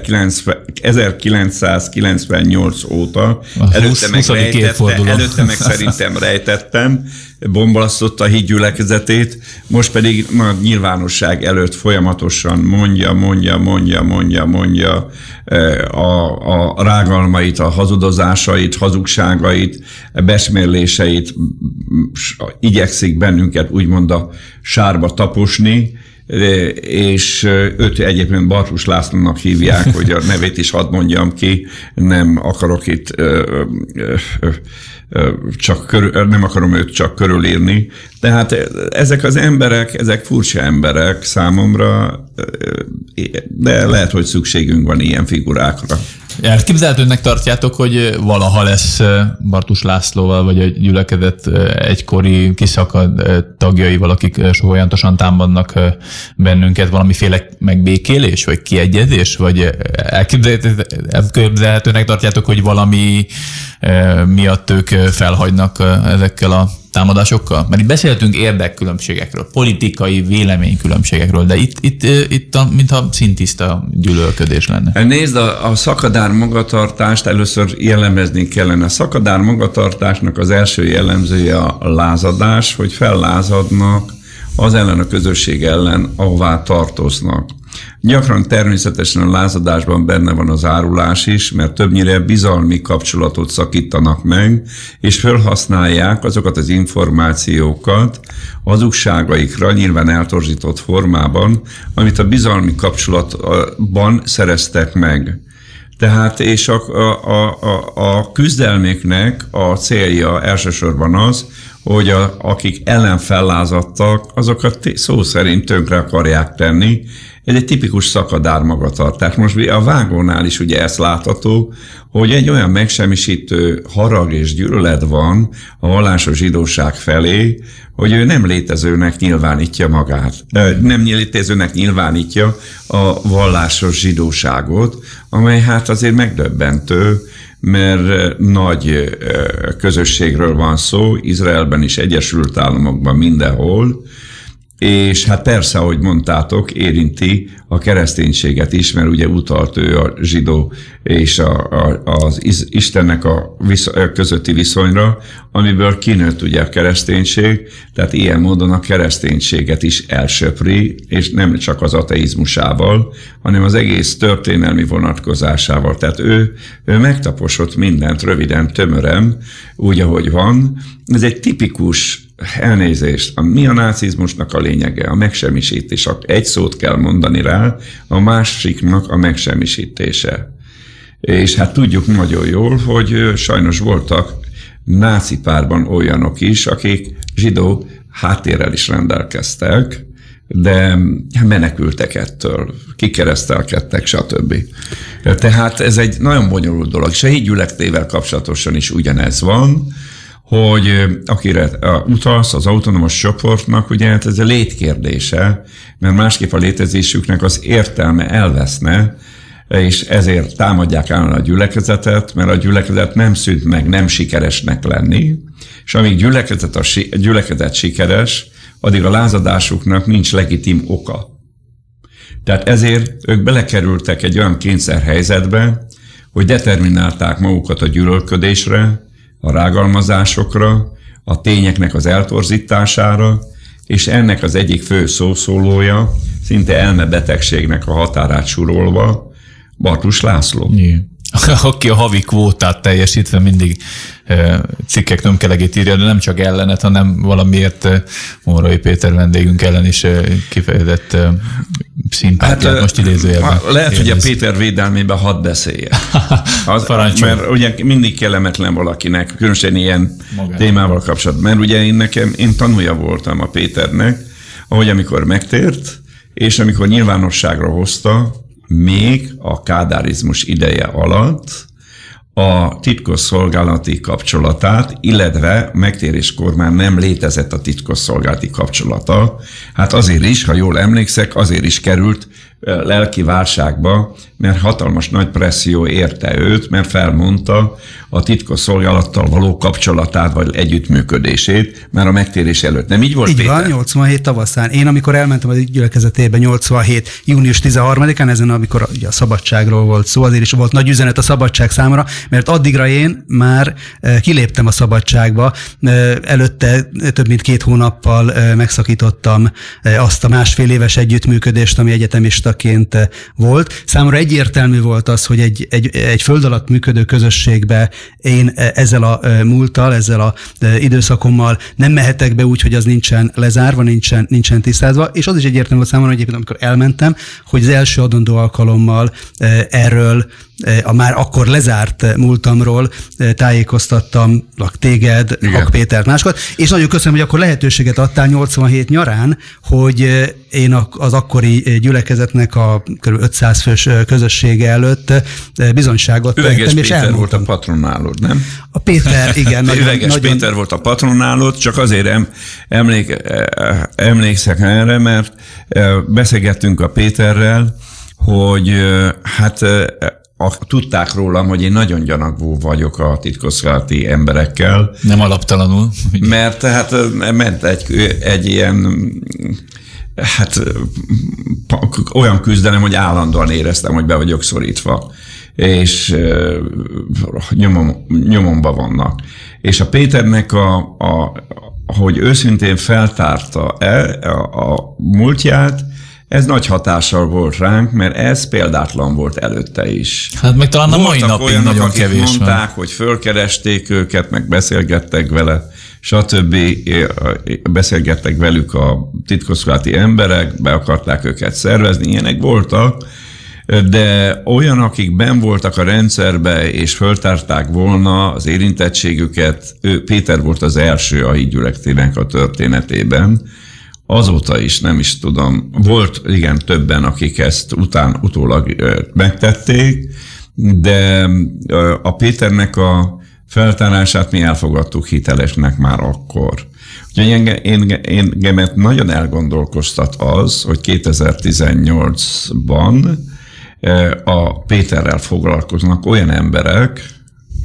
ezerkilencszázkilencvennyolc óta előtte meg, rejtette, előtte meg szerintem rejtettem, bombalasztotta a hídgyülekezetét, most pedig na, nyilvánosság előtt folyamatosan mondja, mondja, mondja, mondja, mondja a, a rágalmait, a hazudozásait, hazugságait, besmérléseit, igyekszik bennünket úgymond a sárba taposni, és őt egyébként Bartus Lászlónak hívják, hogy a nevét is hadd mondjam ki, nem akarok itt ö, ö, ö, csak körül, nem akarom őt csak körülírni. Tehát ezek az emberek, ezek furcsa emberek számomra, de lehet, hogy szükségünk van ilyen figurákra. Elképzelhetőnek tartjátok, hogy valaha lesz Bartus Lászlóval, vagy a gyülekezet egykori kiszakad tagjaival, akik folyamatosan támadnak bennünket, valamiféle megbékélés, vagy kiegyezés, vagy elképzelhetőnek tartjátok, hogy valami miatt ők felhagynak ezekkel a támadásokkal? Mert itt beszéltünk érdekkülönbségekről, politikai véleménykülönbségekről, de itt, itt, itt a, mintha szintiszta gyűlölködés lenne. Nézd, a, a szakadár magatartást először jellemezni kellene. A szakadár magatartásnak az első jellemzője a lázadás, hogy fellázadnak az ellen a közösség ellen, ahová tartoznak. Gyakran természetesen a lázadásban benne van az árulás is, mert többnyire bizalmi kapcsolatot szakítanak meg, és felhasználják azokat az információkat hazugságaikra, nyilván eltorzított formában, amit a bizalmi kapcsolatban szereztek meg. Tehát, és a, a, a, a küzdelméknek a célja elsősorban az, hogy a, akik ellen fellázadtak, azokat szó szerint tönkre akarják tenni. Ez egy tipikus szakadár magatartás. Most a Vágónál is ugye ezt látható, hogy egy olyan megsemmisítő harag és gyűlölet van a vallásos zsidóság felé, hogy ő nem létezőnek nyilvánítja magát. Nem létezőnek nyilvánítja a vallásos zsidóságot, amely hát azért megdöbbentő, mert nagy közösségről van szó, Izraelben is, Egyesült Államokban, mindenhol, És hát persze, ahogy mondtátok, érinti a kereszténységet is, mert ugye utalt ő a zsidó és a, a, az Istennek a visz, közötti viszonyra, amiből kinőtt ugye a kereszténység, tehát ilyen módon a kereszténységet is elsöpri, és nem csak az ateizmusával, hanem az egész történelmi vonatkozásával. Tehát ő, ő megtaposott mindent röviden, tömören, úgy, ahogy van. Ez egy tipikus elnézést. Mi a nácizmusnak a lényege? A megsemmisítés. Egy szót kell mondani rá, a másiknak a megsemmisítése. És hát tudjuk nagyon jól, hogy sajnos voltak náci párban olyanok is, akik zsidó háttérrel is rendelkeztek, de menekültek ettől, kikeresztelkedtek, stb. Tehát ez egy nagyon bonyolult dolog. És a hídgyülekezettel kapcsolatosan is ugyanez van, hogy akire utalsz, az autonómos csoportnak, ugye hát ez a létkérdése, mert másképp a létezésüknek az értelme elveszne, és ezért támadják állandóan a gyülekezetet, mert a gyülekezet nem szűnt meg nem sikeresnek lenni, és amíg gyülekezet a gyülekezet sikeres, addig a lázadásuknak nincs legitim oka. Tehát ezért ők belekerültek egy olyan kényszerhelyzetbe, hogy determinálták magukat a gyűlölködésre, a rágalmazásokra, a tényeknek az eltorzítására, és ennek az egyik fő szószólója, szinte elmebetegségnek a határát surolva, Bartus László. Igen. Aki a havi kvótát teljesítve mindig cikkek nömkelegét írja, de nem csak ellenet, hanem valamiért Mórai Péter vendégünk ellen is kifejezett szimpátiát, hát, most idézőjelben. Lehet, hogy a Péter védelmében hadd beszéljen. Az, mert ugye mindig kellemetlen valakinek, különösen ilyen Magán. témával kapcsolatban. Mert ugye én nekem, én tanulja voltam a Péternek, ahogy amikor megtért, és amikor nyilvánosságra hozta, még a kádárizmus ideje alatt a titkosszolgálati kapcsolatát, illetve megtéréskor már nem létezett a titkosszolgálati kapcsolata. Hát azért is, ha jól emlékszek, azért is került lelki válságba, mert hatalmas nagy presszió érte őt, mert felmondta a titkosszolgálattal való kapcsolatát, vagy együttműködését, már a megtérés előtt. Nem így volt, így Péter? Van, nyolcvanhét tavaszán. Én amikor elmentem az gyülekezetében nyolcvanhét június tizenharmadikán, ezen amikor ugye a szabadságról volt szó, azért is volt nagy üzenet a szabadság számára, mert addigra én már kiléptem a szabadságba, előtte több mint két hónappal megszakítottam azt a másfél éves együttműködést, ami egyetemistaként volt. Számomra egyértelmű volt az, hogy egy, egy, egy föld alatt működő közösségbe én ezzel a múlttal, ezzel a időszakommal nem mehetek be úgy, hogy az nincsen lezárva, nincsen, nincsen tisztázva, és az is egyértelmű volt számomra, hogy amikor elmentem, hogy az első adandó alkalommal erről a már akkor lezárt múltamról tájékoztattam téged, Hak Pétert, másokat, és nagyon köszönöm, hogy akkor lehetőséget adtál nyolcvanhét nyarán, hogy én az akkori gyülekezetnek a kb. ötszáz fős közössége előtt bizonyságot tettem, és Péter elmondtam. Volt a patronálod, nem? A Péter, igen. nagyon, Üveges nagyon... Péter volt a patronálod, csak azért em, emlék, emlékszek erre, mert beszélgettünk a Péterrel, hogy hát A, tudták rólam, hogy én nagyon gyanakvó vagyok a titkosszolgálati emberekkel. Nem alaptalanul. Mert hát ment egy, egy ilyen, hát olyan küzdelem, hogy állandóan éreztem, hogy be vagyok szorítva, és nyomom, nyomomba vannak. És a Péternek, a, a, hogy őszintén feltárta a, a, a múltját, ez nagy hatással volt ránk, mert ez példátlan volt előtte is. Hát meg talán a mai napig olyanok, nagyon kevés mondták, van. Hogy fölkeresték őket, meg beszélgettek vele, stb. Beszélgettek velük a titkosszolgálati emberek, be akarták őket szervezni, ilyenek voltak, de olyan, akik benn voltak a rendszerbe, és föltárták volna az érintettségüket, ő, Péter volt az első a hídgyülekezetének a történetében. Azóta is nem is tudom, volt igen többen, akik ezt után utólag megtették, de a Péternek a feltárását mi elfogadtuk hitelesnek már akkor. Úgyhogy engemet nagyon elgondolkoztat az, hogy kétezer-tizennyolcban a Péterrel foglalkoznak olyan emberek,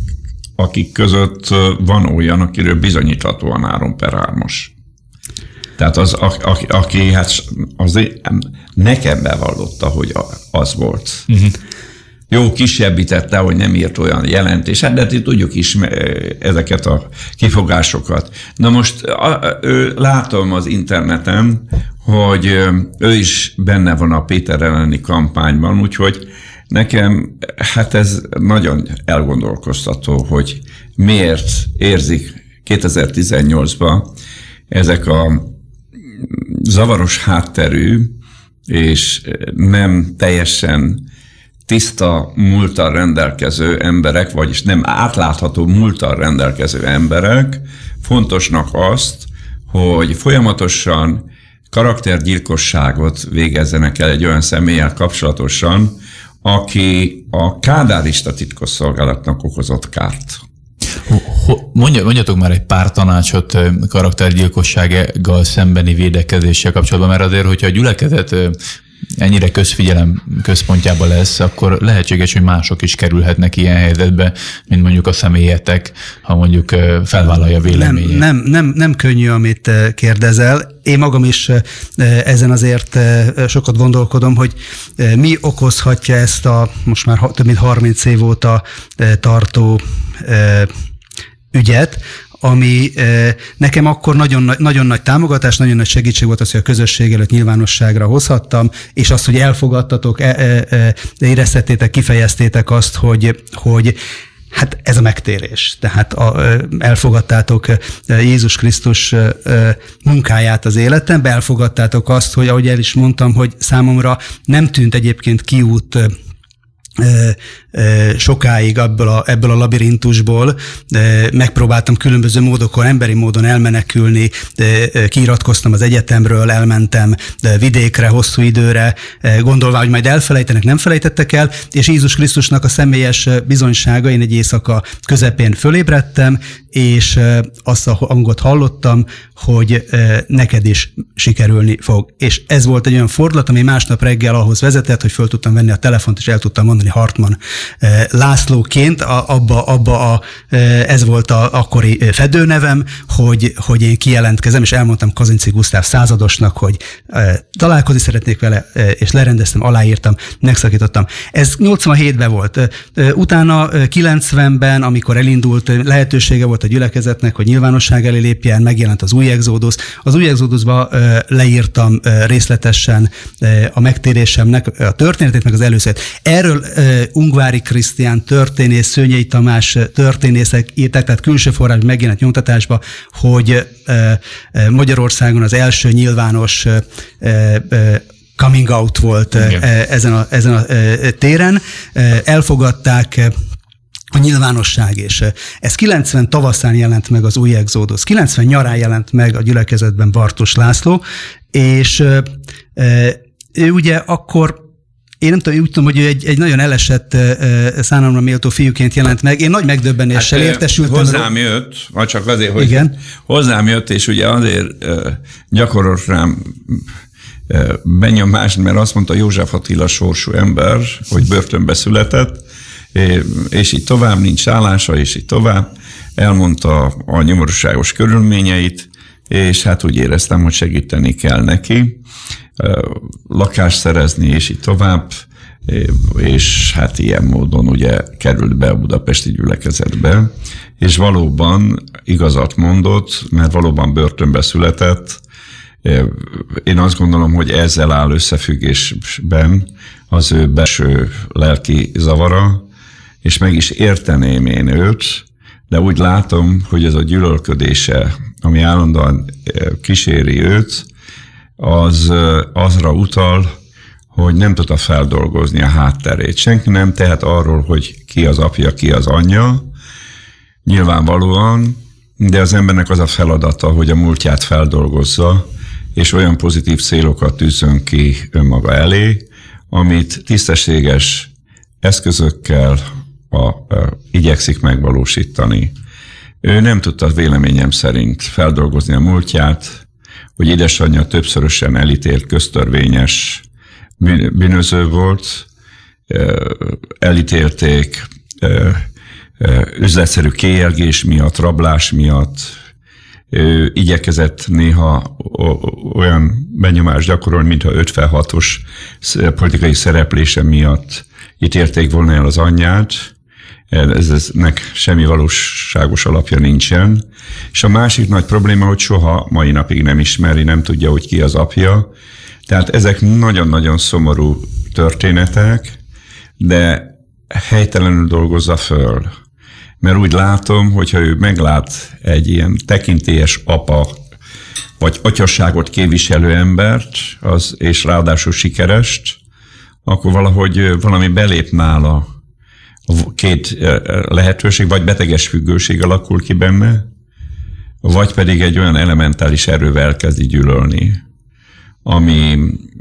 akik között van olyan, akiről bizonyíthatóan három per hármas. Tehát az, aki, aki hát az nekem bevallotta, hogy az volt. Uh-huh. Jó, kisebbítette, hogy nem írt olyan jelentést, de tudjuk is ezeket a kifogásokat. Na most a, ő, látom az interneten, hogy ő is benne van a Péter elleni kampányban, úgyhogy nekem hát ez nagyon elgondolkoztató, hogy miért érzik kétezer-tizennyolcban ezek a zavaros hátterű és nem teljesen tiszta múlttal rendelkező emberek, vagyis nem átlátható múlttal rendelkező emberek fontosnak azt, hogy folyamatosan karaktergyilkosságot végezzenek el egy olyan személlyel kapcsolatosan, aki a kádárista titkosszolgálatnak okozott kárt. Mondjatok már egy pár tanácsot karaktergyilkossággal szembeni védekezéssel kapcsolatban, mert azért, hogyha a gyülekezet ennyire közfigyelem központjában lesz, akkor lehetséges, hogy mások is kerülhetnek ilyen helyzetbe, mint mondjuk a személyetek, ha mondjuk felvállalja véleményét. Nem, nem, nem, nem könnyű, amit kérdezel. Én magam is ezen azért sokat gondolkodom, hogy mi okozhatja ezt a most már több mint harminc év óta tartó ügyet, ami nekem akkor nagyon, nagyon nagy támogatás, nagyon nagy segítség volt az, hogy a közösség előtt nyilvánosságra hozhattam, és azt, hogy elfogadtatok, éreztettétek, kifejeztétek azt, hogy, hogy hát ez a megtérés. Tehát a, elfogadtátok Jézus Krisztus munkáját az életembe, elfogadtátok azt, hogy ahogy el is mondtam, hogy számomra nem tűnt egyébként kiút sokáig ebből a, ebből a labirintusból, megpróbáltam különböző módokon, emberi módon elmenekülni, kiiratkoztam az egyetemről, elmentem vidékre hosszú időre, gondolva, hogy majd elfelejtenek, nem felejtettek el, és Jézus Krisztusnak a személyes bizonysága, én egy éjszaka közepén fölébredtem, és azt a hangot hallottam, hogy neked is sikerülni fog. És ez volt egy olyan fordulat, ami másnap reggel ahhoz vezetett, hogy föl tudtam venni a telefont, és el tudtam mondani Hartmann Lászlóként, abba, abba a, ez volt a akkori fedőnevem, hogy, hogy én kijelentkezem, és elmondtam Kazinczy Gusztáv századosnak, hogy találkozni szeretnék vele, és lerendeztem, aláírtam, megszakítottam. Ez nyolcvanhétben volt. Utána kilencvenben, amikor elindult, lehetősége volt a gyülekezetnek, hogy nyilvánosság elé lépjen, megjelent az új Exodus. Az új Exodusba leírtam részletesen a megtérésemnek a történetét, meg az előszét. Erről Ungvári Krisztián történész, Szőnyei Tamás történészek írták, tehát külső forrás megjelent nyomtatásba, hogy Magyarországon az első nyilvános coming out volt ezen a, ezen a téren. Elfogadták a nyilvánosság, és ez kilencven tavaszán jelent meg az új Exodus, kilencven nyarán jelent meg a gyülekezetben Bartos László, és ő ugye akkor, én nem tudom, úgy tudom, hogy ő egy, egy nagyon elesett, szánalomra méltó fiúként jelent meg. Én nagy megdöbbenéssel hát, értesültem. Hozzám jött, vagy csak azért, hogy igen? hozzám jött, és ugye azért gyakorolt rám benyomást, mert azt mondta József Attila sorsú ember, hogy börtönbe született, és így tovább, nincs állása, és így tovább. Elmondta a nyomorúságos körülményeit, és hát úgy éreztem, hogy segíteni kell neki, lakást szerezni, és így tovább, és hát ilyen módon ugye került be a budapesti gyülekezetbe, és valóban igazat mondott, mert valóban börtönbe született. Én azt gondolom, hogy ezzel áll összefüggésben az ő belső lelki zavara, és meg is érteném én őt, de úgy látom, hogy ez a gyűlölködése, ami állandóan kíséri őt, az azra utal, hogy nem tudta feldolgozni a hátterét. Senki nem tehet arról, hogy ki az apja, ki az anyja, nyilvánvalóan, de az embernek az a feladata, hogy a múltját feldolgozza, és olyan pozitív célokat tűzön ki önmaga elé, amit tisztességes eszközökkel a, a, igyekszik megvalósítani. Ő nem tudta véleményem szerint feldolgozni a múltját, hogy édesanyja többszörösen elítélt köztörvényes bűnöző volt, elítélték üzletszerű kélyegés miatt, rablás miatt, ő igyekezett néha olyan benyomást gyakorolni, mintha ötvenhatos politikai szereplése miatt ítélték volna el az anyját. Ez, eznek semmi valóságos alapja nincsen. És a másik nagy probléma, hogy soha mai napig nem ismeri, nem tudja, hogy ki az apja. Tehát ezek nagyon-nagyon szomorú történetek, de helytelenül dolgozza föl. Mert úgy látom, hogyha ő meglát egy ilyen tekintélyes apa, vagy atyasságot képviselő embert, az, és ráadásul sikerest, akkor valahogy valami belép nála. Két lehetőség, vagy beteges függőség alakul ki benne, vagy pedig egy olyan elementális erővel kezdi gyűlölni, ami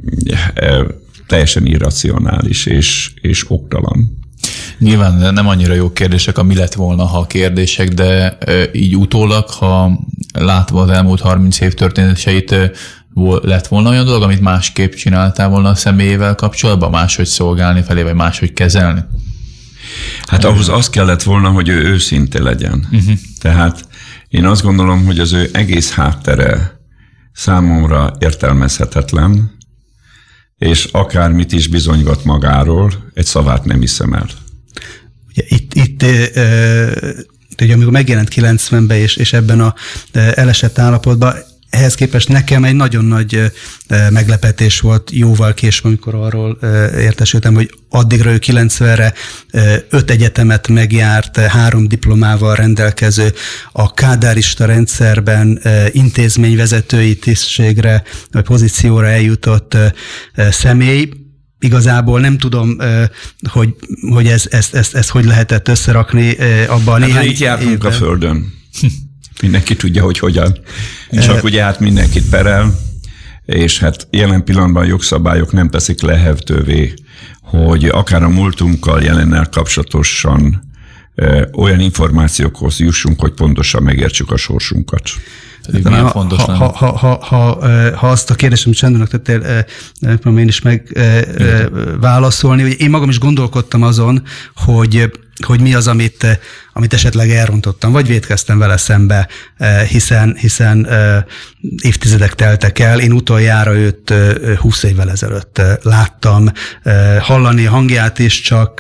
teljesen irracionális és, és oktalan. Nyilván nem annyira jó kérdések a mi lett volna, ha kérdések, de így utólag, ha látva az elmúlt harminc év történeteit, lett volna olyan dolog, amit másképp csináltál volna a személyével kapcsolatban, máshogy szolgálni felé, vagy máshogy kezelni? Hát ahhoz az kellett volna, hogy ő őszinte legyen. Uh-huh. Tehát én azt gondolom, hogy az ő egész háttere számomra értelmezhetetlen, és akármit is bizonygat magáról, egy szavát nem hiszem el. Ugye, itt, itt e, ugye, amikor megjelent kilencvenben, és, és ebben a elesett állapotban, ehhez képest nekem egy nagyon nagy meglepetés volt jóval később, amikor arról értesültem, hogy addigra ő kilencvenre öt egyetemet megjárt, három diplomával rendelkező, a kádárista rendszerben intézményvezetői tisztségre, vagy pozícióra eljutott személy. Igazából nem tudom, hogy, hogy ez, ezt, ezt, ezt hogy lehetett összerakni abban a néhány itt jártunk évben. A földön. Mindenki tudja, hogy hogyan. Csak ugye hát mindenkit perel, és hát jelen pillanatban a jogszabályok nem teszik lehetővé, hogy akár a múltunkkal, jelennel kapcsolatosan ö, olyan információkhoz jussunk, hogy pontosan megértsük a sorsunkat. Ha, fontos ha, ha, ha, ha, ha, ha azt a kérdést, amit Sándornak tettél, nem tudom én is megválaszolni, hogy én magam is gondolkodtam azon, hogy hogy mi az, amit, amit esetleg elrontottam, vagy vétkeztem vele szembe, hiszen, hiszen évtizedek teltek el. Én utoljára őt húsz évvel ezelőtt láttam. Hallani a hangját is csak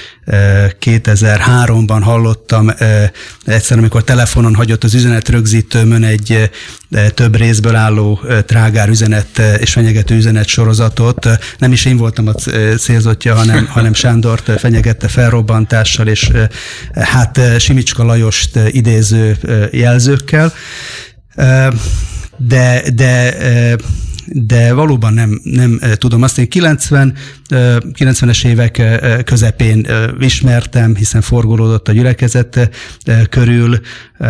kétezer-háromban hallottam egyszer, amikor telefonon hagyott az üzenetrögzítőmön egy több részből álló trágár üzenet és fenyegető üzenet sorozatot. Nem is én voltam a célzottja, hanem, hanem Sándort fenyegette felrobbantással, és hát Simicska Lajost idéző jelzőkkel. De, de, de valóban nem, nem tudom. Azt én kilencven, kilencvenes évek közepén ismertem, hiszen forgolódott a gyülekezet körül.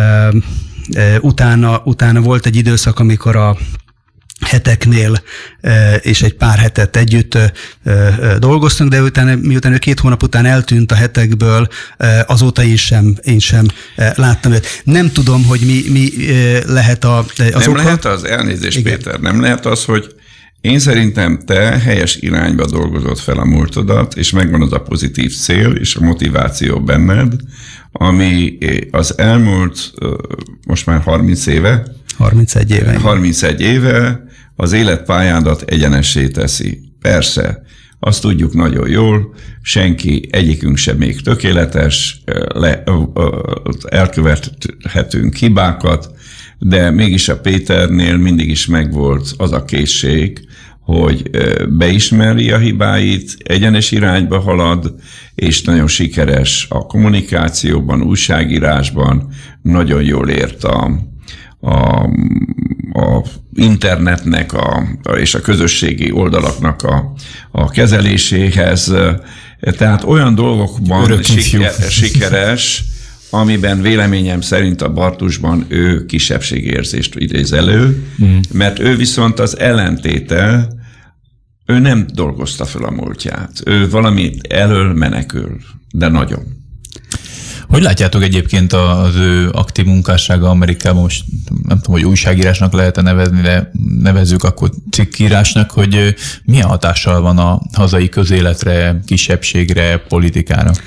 Utána, utána volt egy időszak, amikor a heteknél és egy pár hetet együtt dolgoztunk, de utána, miután ő két hónap után eltűnt a hetekből, azóta én sem, én sem láttam őt. Nem tudom, hogy mi, mi lehet a, az Nem oka. lehet az, elnézést Igen. Péter, nem lehet az, hogy én szerintem te helyes irányba dolgozott fel a múltodat, és megvan az a pozitív cél és a motiváció benned, ami az elmúlt, most már harminc éve, harmincegy éve. harmincegy éve az életpályádat egyenessé teszi. Persze, azt tudjuk nagyon jól, senki, egyikünk sem még tökéletes, le, elkövethetünk hibákat, de mégis a Péternél mindig is megvolt az a készség, hogy beismeri a hibáit, egyenes irányba halad, és nagyon sikeres a kommunikációban, újságírásban, nagyon jól ért a, a, a internetnek a, és a közösségi oldalaknak a, a kezeléséhez. Tehát olyan dolgokban siker, sikeres, amiben véleményem szerint a Bartusban ő kisebbségérzést idéz elő, mm. mert ő viszont az ellentéte, ő nem dolgozta fel a múltját. Ő valami elől menekül, de nagyon. Hogy látjátok egyébként az ő aktív munkássága Amerikában, most nem tudom, hogy újságírásnak lehet-e nevezni, de nevezzük akkor cikkírásnak, hogy milyen hatással van a hazai közéletre, kisebbségre, politikára?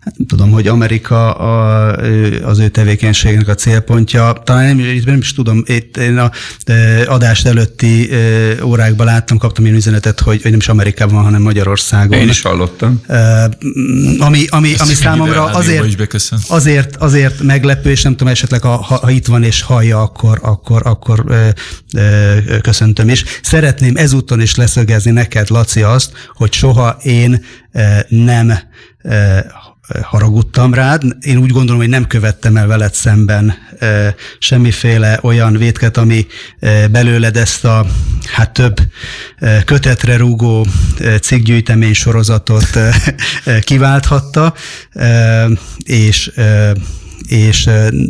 Hát nem tudom, hogy Amerika a, az ő tevékenységnek a célpontja. Talán nem, nem is tudom, itt én a adást előtti órákban láttam, kaptam ilyen üzenetet, hogy, hogy nem is Amerikában van, hanem Magyarországon. Én is hallottam. Ami, ami, ami számomra azért, azért, azért meglepő, és nem tudom, esetleg ha, ha itt van és hallja, akkor, akkor, akkor köszöntöm is. Szeretném ezúton is leszögezni neked, Laci, azt, hogy soha én nem haragudtam rád. Én úgy gondolom, hogy nem követtem el veled szemben e, semmiféle olyan vétket, ami e, belőled ezt a hát több e, kötetre rúgó e, cikkgyűjtemény sorozatot e, e, kiválthatta, e, és e, és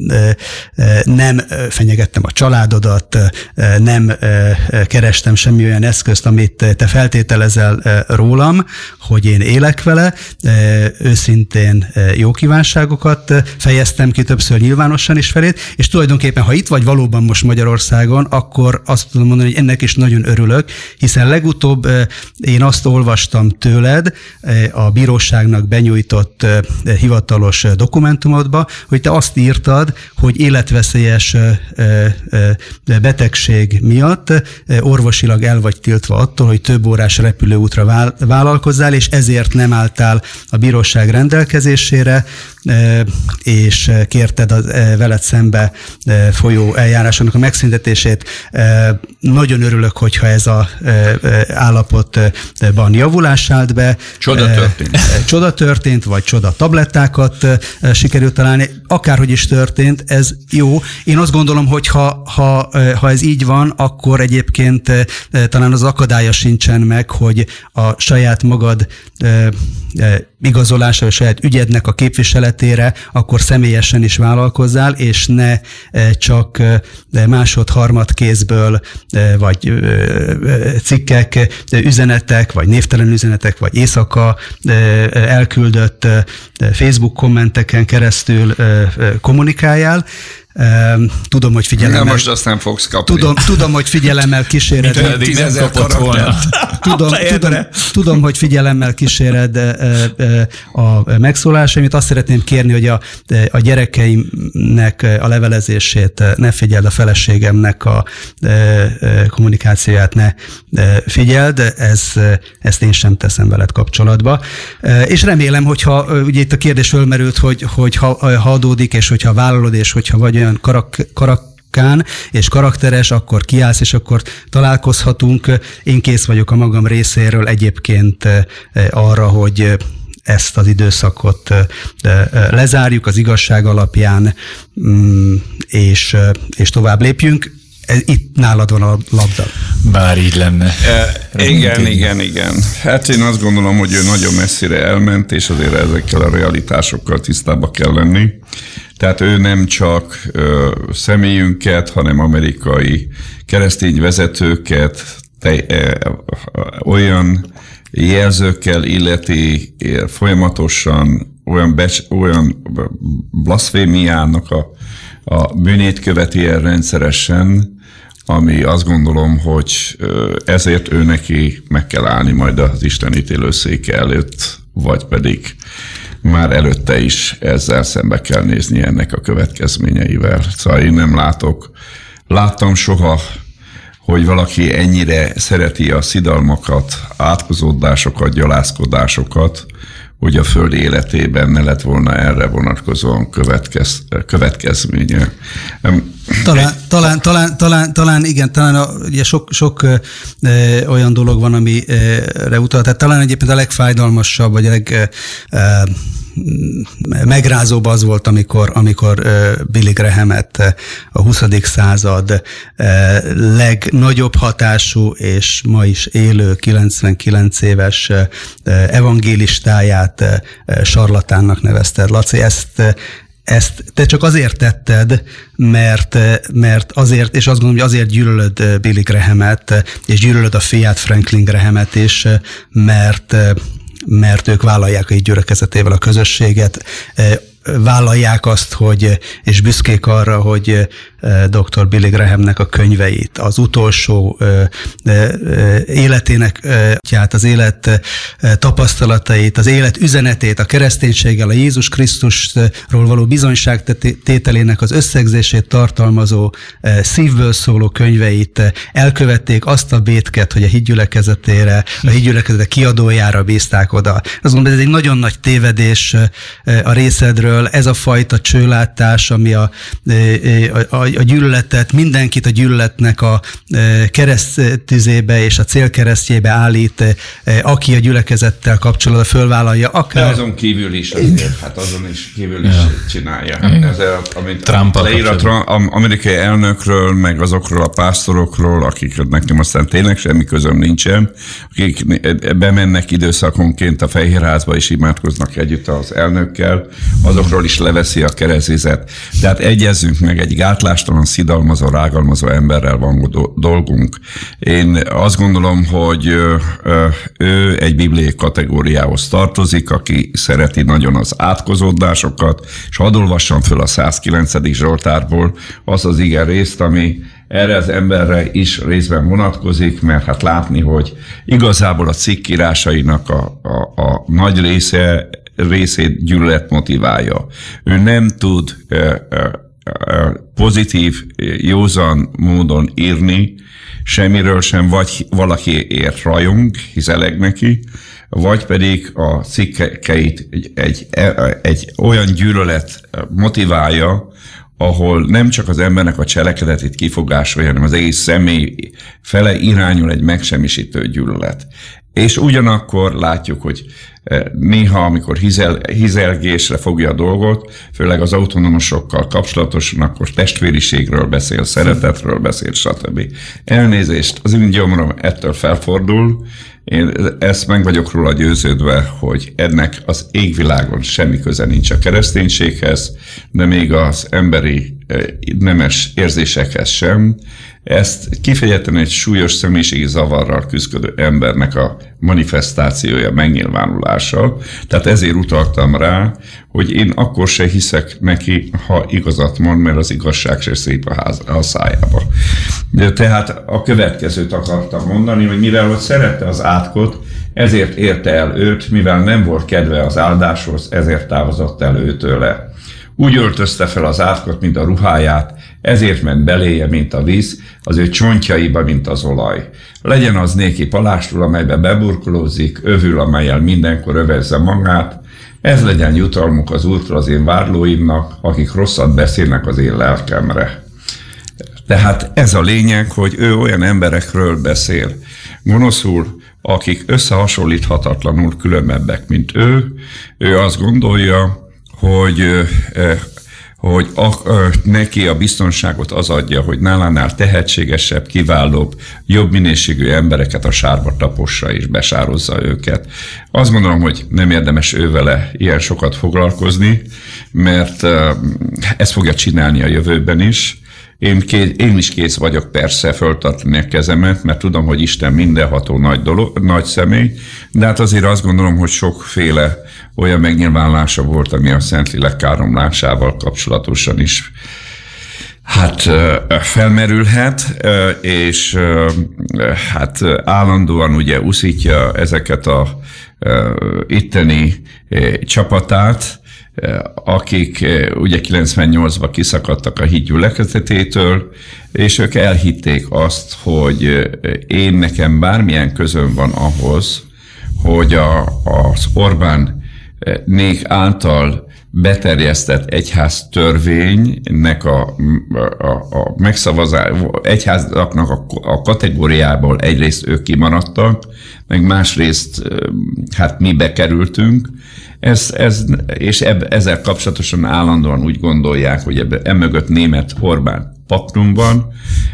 nem fenyegettem a családodat, nem kerestem semmi olyan eszközt, amit te feltételezel rólam, hogy én élek vele. Őszintén jó kívánságokat fejeztem ki többször nyilvánosan is felét, és tulajdonképpen, ha itt vagy valóban most Magyarországon, akkor azt tudom mondani, hogy ennek is nagyon örülök, hiszen legutóbb én azt olvastam tőled a bíróságnak benyújtott hivatalos dokumentumodba, hogy te azt írtad, hogy életveszélyes betegség miatt orvosilag el vagy tiltva attól, hogy több órás repülőútra vállalkozzál, és ezért nem álltál a bíróság rendelkezésére, és kérted a veled szembe folyó eljárásnak a megszüntetését. Nagyon örülök, hogyha ez az állapotban javulás állt be. Csoda történt. Csoda történt, vagy csoda tablettákat sikerült találni. Akárhogy is történt, ez jó. Én azt gondolom, hogy ha, ha, ha ez így van, akkor egyébként talán az akadálya sincsen meg, hogy a saját magad igazolása, a saját ügyednek a képviseletére, akkor személyesen is vállalkozzál, és ne csak másod-harmad kézből, vagy cikkek, üzenetek, vagy névtelen üzenetek, vagy éjszaka elküldött Facebook kommenteken keresztül kommunikáljál. Tudom, hogy figyelemmel... Na most azt nem fogsz kapni. Tudom, tudom hogy figyelemmel kíséred... tízezer karakter. Tudom, tudom, tudom, hogy figyelemmel kíséred a megszólásaimat. Azt szeretném kérni, hogy a, a gyerekeimnek a levelezését ne figyeld, a feleségemnek a kommunikációját ne figyeld. Ez, ezt én sem teszem veled kapcsolatba. És remélem, hogyha ugye itt a kérdés fölmerült, hogy, hogy ha, ha adódik, és hogyha vállalod, és hogyha vagy olyan karak, karak kán és karakteres, akkor kiállsz, és akkor találkozhatunk. Én kész vagyok a magam részéről egyébként arra, hogy ezt az időszakot lezárjuk az igazság alapján, és, és tovább lépjünk. Itt nálad van a labda. Bár így lenne. E, igen, igen, igen. Hát én azt gondolom, hogy ő nagyon messzire elment, és azért ezekkel a realitásokkal tisztába kell lenni. Tehát ő nem csak ö, személyünket, hanem amerikai keresztény vezetőket te, ö, olyan jelzőkkel illeti folyamatosan olyan, becs, olyan blaszfémiának a, a bűnét követi el rendszeresen, ami azt gondolom, hogy ezért ő neki meg kell állni majd az Isten ítélőszéke előtt, vagy pedig már előtte is ezzel szembe kell nézni ennek a következményeivel. Szóval én nem látok, láttam soha, hogy valaki ennyire szereti a szidalmakat, átkozódásokat, gyalázkodásokat, hogy a föld életében ne lett volna erre vonatkozóan következ, következménye. Talán, talán, talán, talán, talán igen, talán a, ugye sok, sok ö, olyan dolog van, amire utal. Tehát talán egyébként a legfájdalmasabb, vagy a leg ö, megrázóbb az volt, amikor, amikor Billy Grahamet a huszadik század legnagyobb hatású és ma is élő kilencvenkilenc éves evangélistáját sarlatánnak nevezted. Laci, ezt Ezt te csak azért tetted, mert, mert azért, és azt gondolom, hogy azért gyűlölöd Billy Grahamet, és gyűlölöd a fiát, Franklin Grahamet is, mert, mert ők vállalják a így gyülekezetével a közösséget, vállalják azt, hogy, és büszkék arra, hogy doktor Billy Grahamnek a könyveit, az utolsó életének, az élet tapasztalatait, az élet üzenetét, a kereszténységgel, a Jézus Krisztusról való bizonyságtételének az összegzését tartalmazó szívből szóló könyveit, elkövették azt a bétket, hogy a hídgyülekezetére, a hídgyülekezete kiadójára bízták oda. Azt gondolom, ez egy nagyon nagy tévedés a részedről, ez a fajta csőlátás, ami a, a, a gyűlöletet, mindenkit a gyűlöletnek a kereszttüzébe és a célkeresztjébe állít, aki a gyülekezettel kapcsolatban fölvállalja. Akár... De azon kívül is azért, hát azon is kívül is ja. csinálja. Ez, amit Trump leír a amerikai elnökről, meg azokról a pásztorokról, akiknek nem aztán tényleg semmi közöm nincsen, akik bemennek időszakonként a Fehérházba és imádkoznak együtt az elnökkel, azokról is leveszi a keresztvizet. Tehát egyezzünk meg, egy gátlástalan, szidalmazó, rágalmazó emberrel van dolgunk. Én azt gondolom, hogy ő egy bibliai kategóriához tartozik, aki szereti nagyon az átkozódásokat, és hadd olvassam föl a százkilencedik Zsoltárból az az ige részt, ami erre az emberre is részben vonatkozik, mert hát látni, hogy igazából a cikk írásainak a, a, a nagy része, részét gyűlölet motiválja. Ő nem tud ö, ö, ö, pozitív, józan módon írni semmiről sem, vagy valakiért rajong, hizeleg neki, vagy pedig a cikkeit egy, egy, egy olyan gyűlölet motiválja, ahol nem csak az embernek a cselekedetét kifogásolja, hanem az egész személy fele irányul egy megsemmisítő gyűlölet. És ugyanakkor látjuk, hogy néha, amikor hizel, hizelgésre fogja a dolgot, főleg az autonomosokkal kapcsolatosan, akkor testvériségről beszél, szeretetről beszél, stb. Elnézést, az én gyomrom ettől felfordul, én ezt meg vagyok róla győződve, hogy ennek az égvilágon semmi köze nincs a kereszténységhez, de még az emberi nemes érzésekhez sem. Ezt kifejezetten egy súlyos személyiségi zavarral küzdő embernek a manifestációja, megnyilvánulása. Tehát ezért utaltam rá, hogy én akkor se hiszek neki, ha igazat mond, mert az igazság se szép a, ház, a szájába. De tehát a következőt akartam mondani, hogy mivel hogy szerette az átkot, ezért érte el őt, mivel nem volt kedve az áldáshoz, ezért távozott el őtőle. Úgy öltözte fel az átkot, mint a ruháját, ezért ment beléje, mint a víz, az ő csontjaiba, mint az olaj. Legyen az néki palástról, amelybe beburkolózik, övül, amellyel mindenkor övezze magát, ez legyen jutalmuk az Úrtól az én vádlóimnak, akik rosszat beszélnek az én lelkemre. Tehát ez a lényeg, hogy ő olyan emberekről beszél. Gonoszul, akik összehasonlíthatatlanul különbebbek, mint ő, ő azt gondolja, hogy, hogy a, neki a biztonságot az adja, hogy nálánál tehetségesebb, kiválóbb, jobb minőségű embereket a sárba tapossa és besározza őket. Azt gondolom, hogy nem érdemes ővele ilyen sokat foglalkozni, mert ezt fogja csinálni a jövőben is. Én, kész, én is kész vagyok persze föltartani a kezemet, mert tudom, hogy Isten mindenható nagy, dolog, nagy személy, de hát azért azt gondolom, hogy sokféle olyan megnyilvánulása volt, ami a Szentlélek káromlásával kapcsolatosan is hát felmerülhet, és hát állandóan ugye uszítja ezeket a itteni csapatát, akik ugye kilencvennyolcban kiszakadtak a híd gyülekezetétől, és ők elhitték azt, hogy én nekem bármilyen közöm van ahhoz, hogy a, az Orbán nék által beterjesztett egyház törvénynek a, a, a megszavazás, egyházaknak a, a kategóriából egyrészt ők kimaradtak, meg másrészt hát mi bekerültünk, ez, ez, és eb, ezzel kapcsolatosan állandóan úgy gondolják, hogy ebbe, emögött német Orbán paktum van.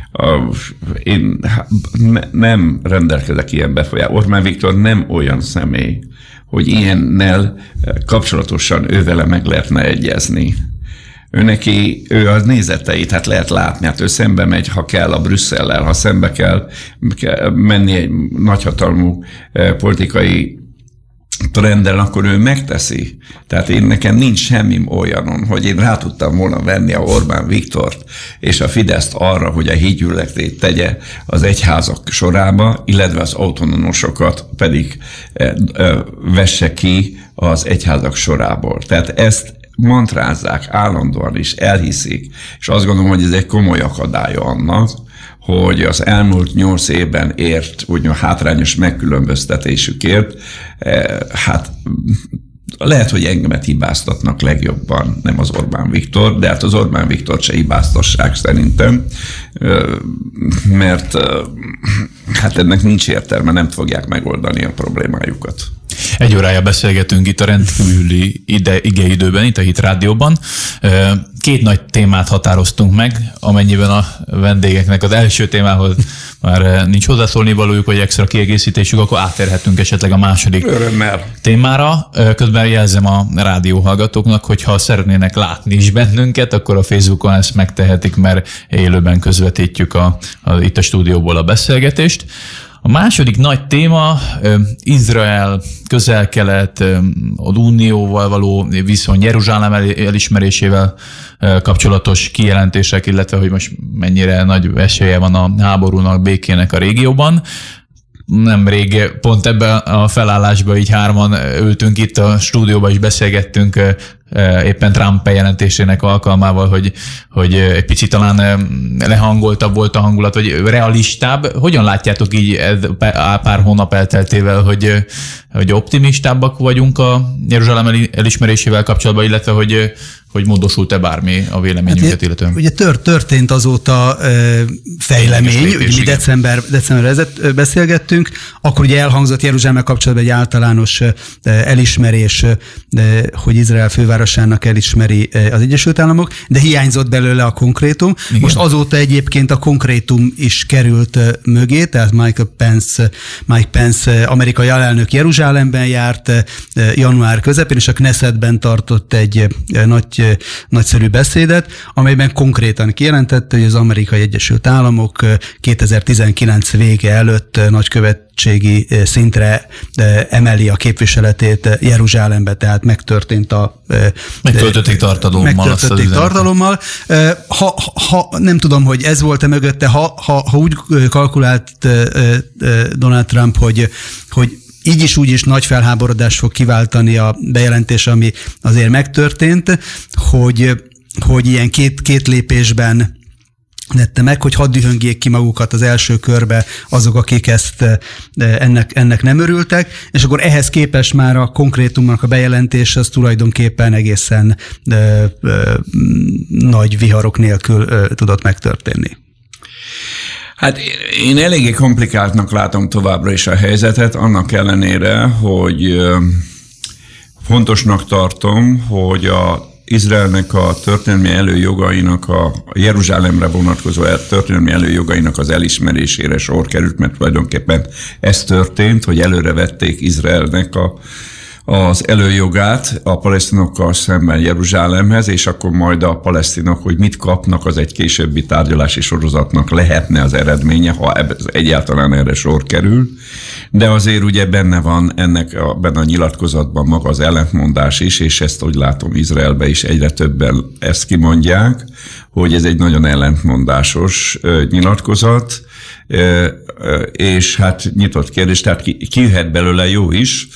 Én nem rendelkezek ilyen befolyással. Orbán Viktor nem olyan személy, hogy ilyennel kapcsolatosan ővele meg lehetne egyezni. Ő neki, ő a nézeteit, hát lehet látni, hát ő szembe megy, ha kell a Brüsszellel, ha szembe kell, kell menni egy nagyhatalmú politikai trenden, akkor ő megteszi. Tehát én nekem nincs semmi olyanon, hogy én rá tudtam volna venni a Orbán Viktort és a Fideszt arra, hogy a hídgyűlöletét tegye az egyházak sorába, illetve az autonómusokat pedig vesse ki az egyházak sorából. Tehát ezt mantrázzák állandóan is, elhiszik, és azt gondolom, hogy ez egy komoly akadálya annak, hogy az elmúlt nyolc évben ért, úgymond hátrányos megkülönböztetésükért, hát lehet, hogy engemet hibáztatnak legjobban, nem az Orbán Viktor, de hát az Orbán Viktort se hibáztassák szerintem, mert hát ennek nincs értelme, nem fogják megoldani a problémájukat. Egy órája beszélgetünk itt a rendkívüli ide, igeidőben, itt a Hit Rádióban. Két nagy témát határoztunk meg, amennyiben a vendégeknek az első témához már nincs hozzászólni valójuk, vagy extra kiegészítésük, akkor átérhetünk esetleg a második Örömmel. témára. Közben jelzem a rádióhallgatóknak, hogy ha szeretnének látni is bennünket, akkor a Facebookon ezt megtehetik, mert élőben közvetítjük a, a, itt a stúdióból a beszélgetést. A második nagy téma Izrael, Közel-Kelet, az Unióval való viszony, Jeruzsálem elismerésével kapcsolatos kijelentések, illetve hogy most mennyire nagy esélye van a háborúnak, békének a régióban. Nemrég pont ebben a felállásban így hárman ültünk itt a stúdióban, és beszélgettünk éppen Trump bejelentésének alkalmával, hogy, hogy egy picit talán lehangoltabb volt a hangulat, vagy realistább. Hogyan látjátok így pár hónap elteltével, hogy, hogy optimistábbak vagyunk a Jeruzsálem elismerésével kapcsolatban, illetve hogy, hogy módosult-e bármi a véleményünket hát, illetően? Ugye tört, történt azóta ö, fejlemény, lépés, mi december, decemberre ezért beszélgettünk, akkor ugye elhangzott Jeruzsálemmel kapcsolatban egy általános ö, elismerés, ö, hogy Izrael fővárosának elismeri ö, az Egyesült Államok, de hiányzott belőle a konkrétum. Igen. Most azóta egyébként a konkrétum is került ö, mögé, tehát Michael Pence, Mike Pence amerikai alelnök Jeruzsálemben járt ö, január közepén, és a Knessetben tartott egy ö, nagy nagyszerű beszédet, amelyben konkrétan kijelentette, hogy az Amerikai Egyesült Államok kétezer-tizenkilenc vége előtt nagykövetségi szintre emeli a képviseletét Jeruzsálembe, tehát megtörtént a... Megtöltötték tartalommal. Megtöltötték tartalommal. Ha, ha, nem tudom, hogy ez volt-e mögötte, ha, ha, ha úgy kalkulált Donald Trump, hogy, hogy így is úgy is nagy felháborodást fog kiváltani a bejelentés, ami azért megtörtént, hogy, hogy ilyen két, két lépésben tette meg, hogy hadd dühöngjék ki magukat az első körbe azok, akik ezt ennek, ennek nem örültek, és akkor ehhez képest már a konkrétumnak a bejelentés az tulajdonképpen egészen ö, ö, nagy viharok nélkül ö, tudott megtörténni. Hát én eléggé komplikáltnak látom továbbra is a helyzetet, annak ellenére, hogy fontosnak tartom, hogy a Izraelnek a történelmi előjogainak, a Jeruzsálemre vonatkozó történelmi előjogainak az elismerésére sor került, mert tulajdonképpen ez történt, hogy előre vették Izraelnek a az előjogát a palesztinokkal szemben Jeruzsálemhez, és akkor majd a palesztinok, hogy mit kapnak, az egy későbbi tárgyalási sorozatnak lehetne az eredménye, ha egyáltalán erre sor kerül. De azért ugye benne van ennek a, benne a nyilatkozatban maga az ellentmondás is, és ezt, hogy látom, Izraelbe is egyre többen ezt kimondják, hogy ez egy nagyon ellentmondásos nyilatkozat, és hát nyitott kérdés, tehát kijöhet belőle jó is,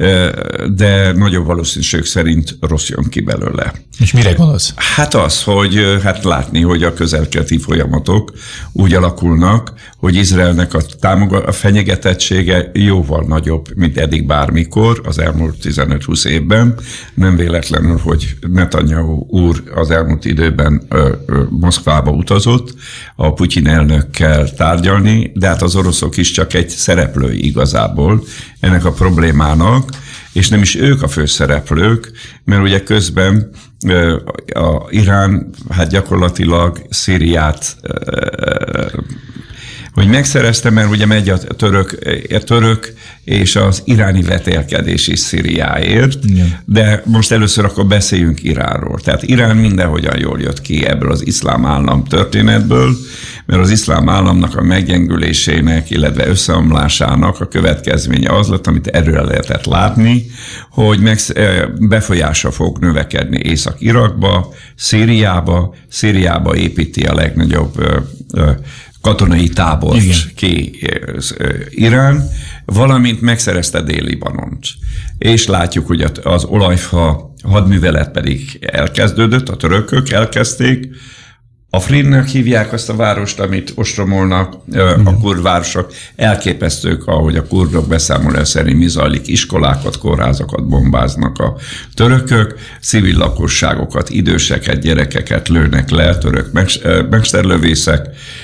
de nagyobb valószínűség szerint rossz jön ki belőle. És mire gondolsz? Hát az, hogy hát látni, hogy a közel-keleti folyamatok úgy alakulnak, hogy Izraelnek a, támogat, a fenyegetettsége jóval nagyobb, mint eddig bármikor az elmúlt tizenöt-húsz évben. Nem véletlenül, hogy Netanyahu úr az elmúlt időben ö, ö, Moszkvába utazott a Putyin elnökkel tárgyalni, de hát az oroszok is csak egy szereplői igazából ennek a problémának, és nem is ők a főszereplők, mert ugye közben a Irán hát gyakorlatilag Szíriát Hogy megszerezte, mert ugye megy a török, a török és az iráni vetélkedés is Szíriáért, igen. De most először akkor beszéljünk Iránról. Tehát Irán mindenhogyan jól jött ki ebből az iszlám állam történetből, mert az iszlám államnak a meggyengülésének, illetve összeomlásának a következménye az lett, amit erről lehetett látni, hogy meg befolyása fog növekedni Észak-Irakba, Szíriába, Szíriába építi a legnagyobb katonai tábort igen. ki Irán, valamint megszerezte Dél-Libanont. És látjuk, hogy az olajfa hadművelet pedig elkezdődött, a törökök elkezdték. Afrinnak hívják azt a várost, amit ostromolnak a kurd városok. Elképesztők, ahogy a kurdok beszámolója szerint mi zajlik, iskolákat, kórházakat bombáznak a törökök, civil lakosságokat, időseket, gyerekeket lőnek le, török mesterlövészek,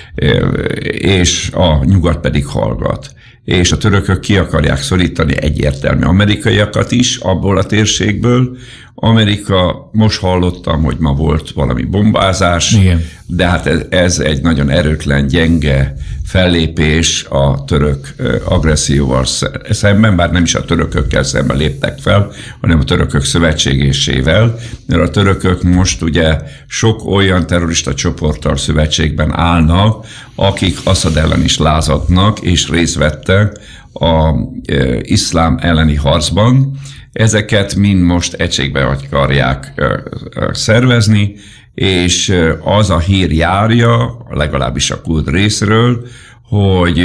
és a nyugat pedig hallgat. És a törökök ki akarják szorítani egyértelmű amerikaiakat is abból a térségből. Amerika, most hallottam, hogy ma volt valami bombázás, igen. De hát ez, ez egy nagyon erőtlen, gyenge fellépés a török agresszióval szemben, bár nem is a törökökkel szemben léptek fel, hanem a törökök szövetségésével, mert a törökök most ugye sok olyan terrorista csoporttal szövetségben állnak, akik Assad ellen is lázadnak és részt vettek az iszlám elleni harcban. Ezeket mind most egységbe akarják szervezni, és az a hír járja, legalábbis a kurd részről, hogy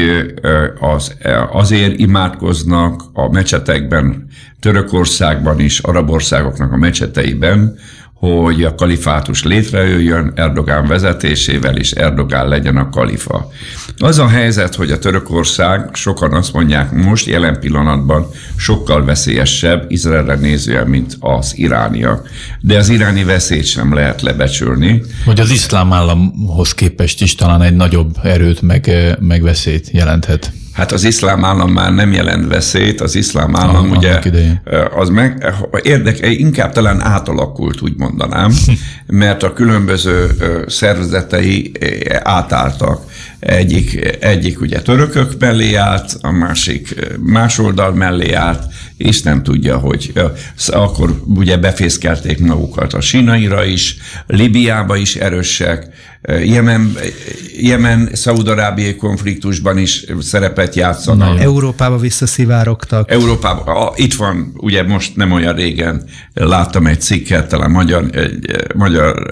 az, azért imádkoznak a mecsetekben, Törökországban is, arab országoknak a mecseteiben, hogy a kalifátus létrejöjjön Erdogán vezetésével, és Erdogán legyen a kalifa. Az a helyzet, hogy a Törökország, sokan azt mondják most, jelen pillanatban sokkal veszélyesebb Izraelre nézően, mint az irániak. De az iráni veszélyt sem lehet lebecsülni. Hogy az iszlám államhoz képest is talán egy nagyobb erőt meg, meg veszélyt jelenthet. Hát az iszlám állam már nem jelent veszélyt, az iszlám állam ah, ugye az meg, érdeke, inkább talán átalakult, úgy mondanám, mert a különböző szervezetei átálltak. Egyik, egyik ugye törökök mellé állt, a másik más oldal mellé állt, és nem tudja, hogy akkor ugye befészkelték magukat a sínaira is, Libiába is erősek, Jemen, Jemen Szaúd-arábiai konfliktusban is szerepet játszanak. Európába visszaszivárogtak. Európába, itt van, ugye most nem olyan régen láttam egy cikket, talán magyar, egy magyar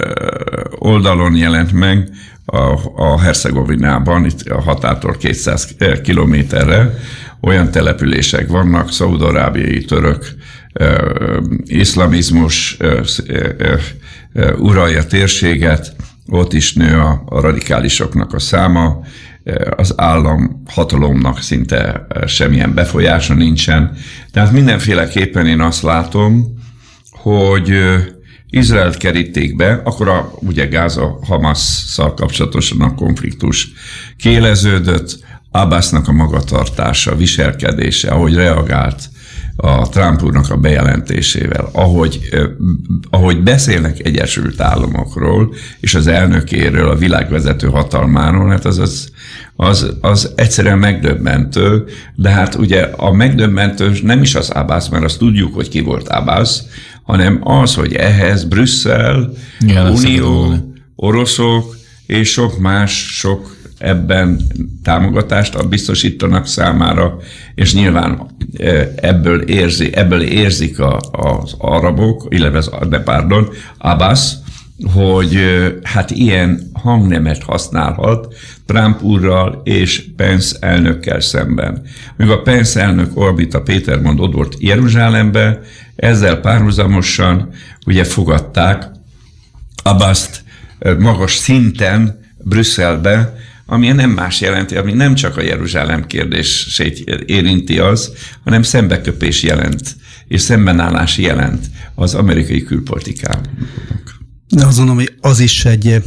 oldalon jelent meg, a, a Hercegovinában, itt a határtól kétszáz kilométerre olyan települések vannak, szaúd-arábiai török eh, iszlamizmus eh, eh, eh, uralja térséget, ott is nő a, a radikálisoknak a száma, az állam hatalomnak szinte semmilyen befolyása nincsen. Tehát mindenféleképpen én azt látom, hogy Izraelt keríték be, akkor a, ugye Gáza-Hamasszal kapcsolatosan a konfliktus kiéleződött, Abbasnak a magatartása, viselkedése, ahogy reagált a Trump úrnak a bejelentésével, ahogy, eh, ahogy beszélnek Egyesült Államokról, és az elnökéről, a világvezető hatalmáról, hát az, az, az, az egyszerűen megdöbbentő, de hát ugye a megdöbbentő nem is az Abbas, mert azt tudjuk, hogy ki volt Abbas, hanem az, hogy ehhez Brüsszel, igen, Unió, oroszok és sok más, sok ebben támogatást biztosítanak számára, és nyilván ebből, érzi, ebből érzik a, az arabok, illetve az, de pardon, Abbas, hogy hát ilyen hangnemet használhat Trump úrral és Pence elnökkel szemben. Míg a Pence elnök, amit a Péter mond, ott volt Jeruzsálembe, ezzel párhuzamosan ugye fogadták Abbast magas szinten Brüsszelbe, ami nem más jelenti, ami nem csak a Jeruzsálem kérdését érinti az, hanem szembeköpés jelent, és szembenállás jelent az amerikai külpolitikának. De azt gondolom, hogy az is egy,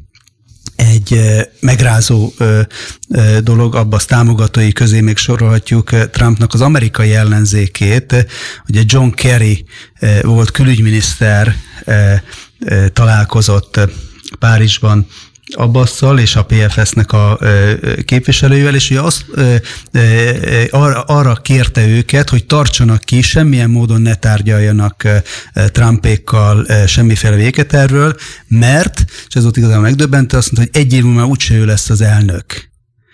egy megrázó dolog, abban az támogatói közé még sorolhatjuk Trumpnak az amerikai ellenzékét. Ugye John Kerry volt külügyminiszter, találkozott Párizsban Abbasszal és a pé ef es-nek a képviselőivel, és ugye azt, arra, arra kérte őket, hogy tartsanak ki, semmilyen módon ne tárgyaljanak Trumpékkal semmiféle végetervről, mert, és ez volt igazán megdöbbentő, azt mondta, hogy egy év múlva úgyse ő lesz az elnök.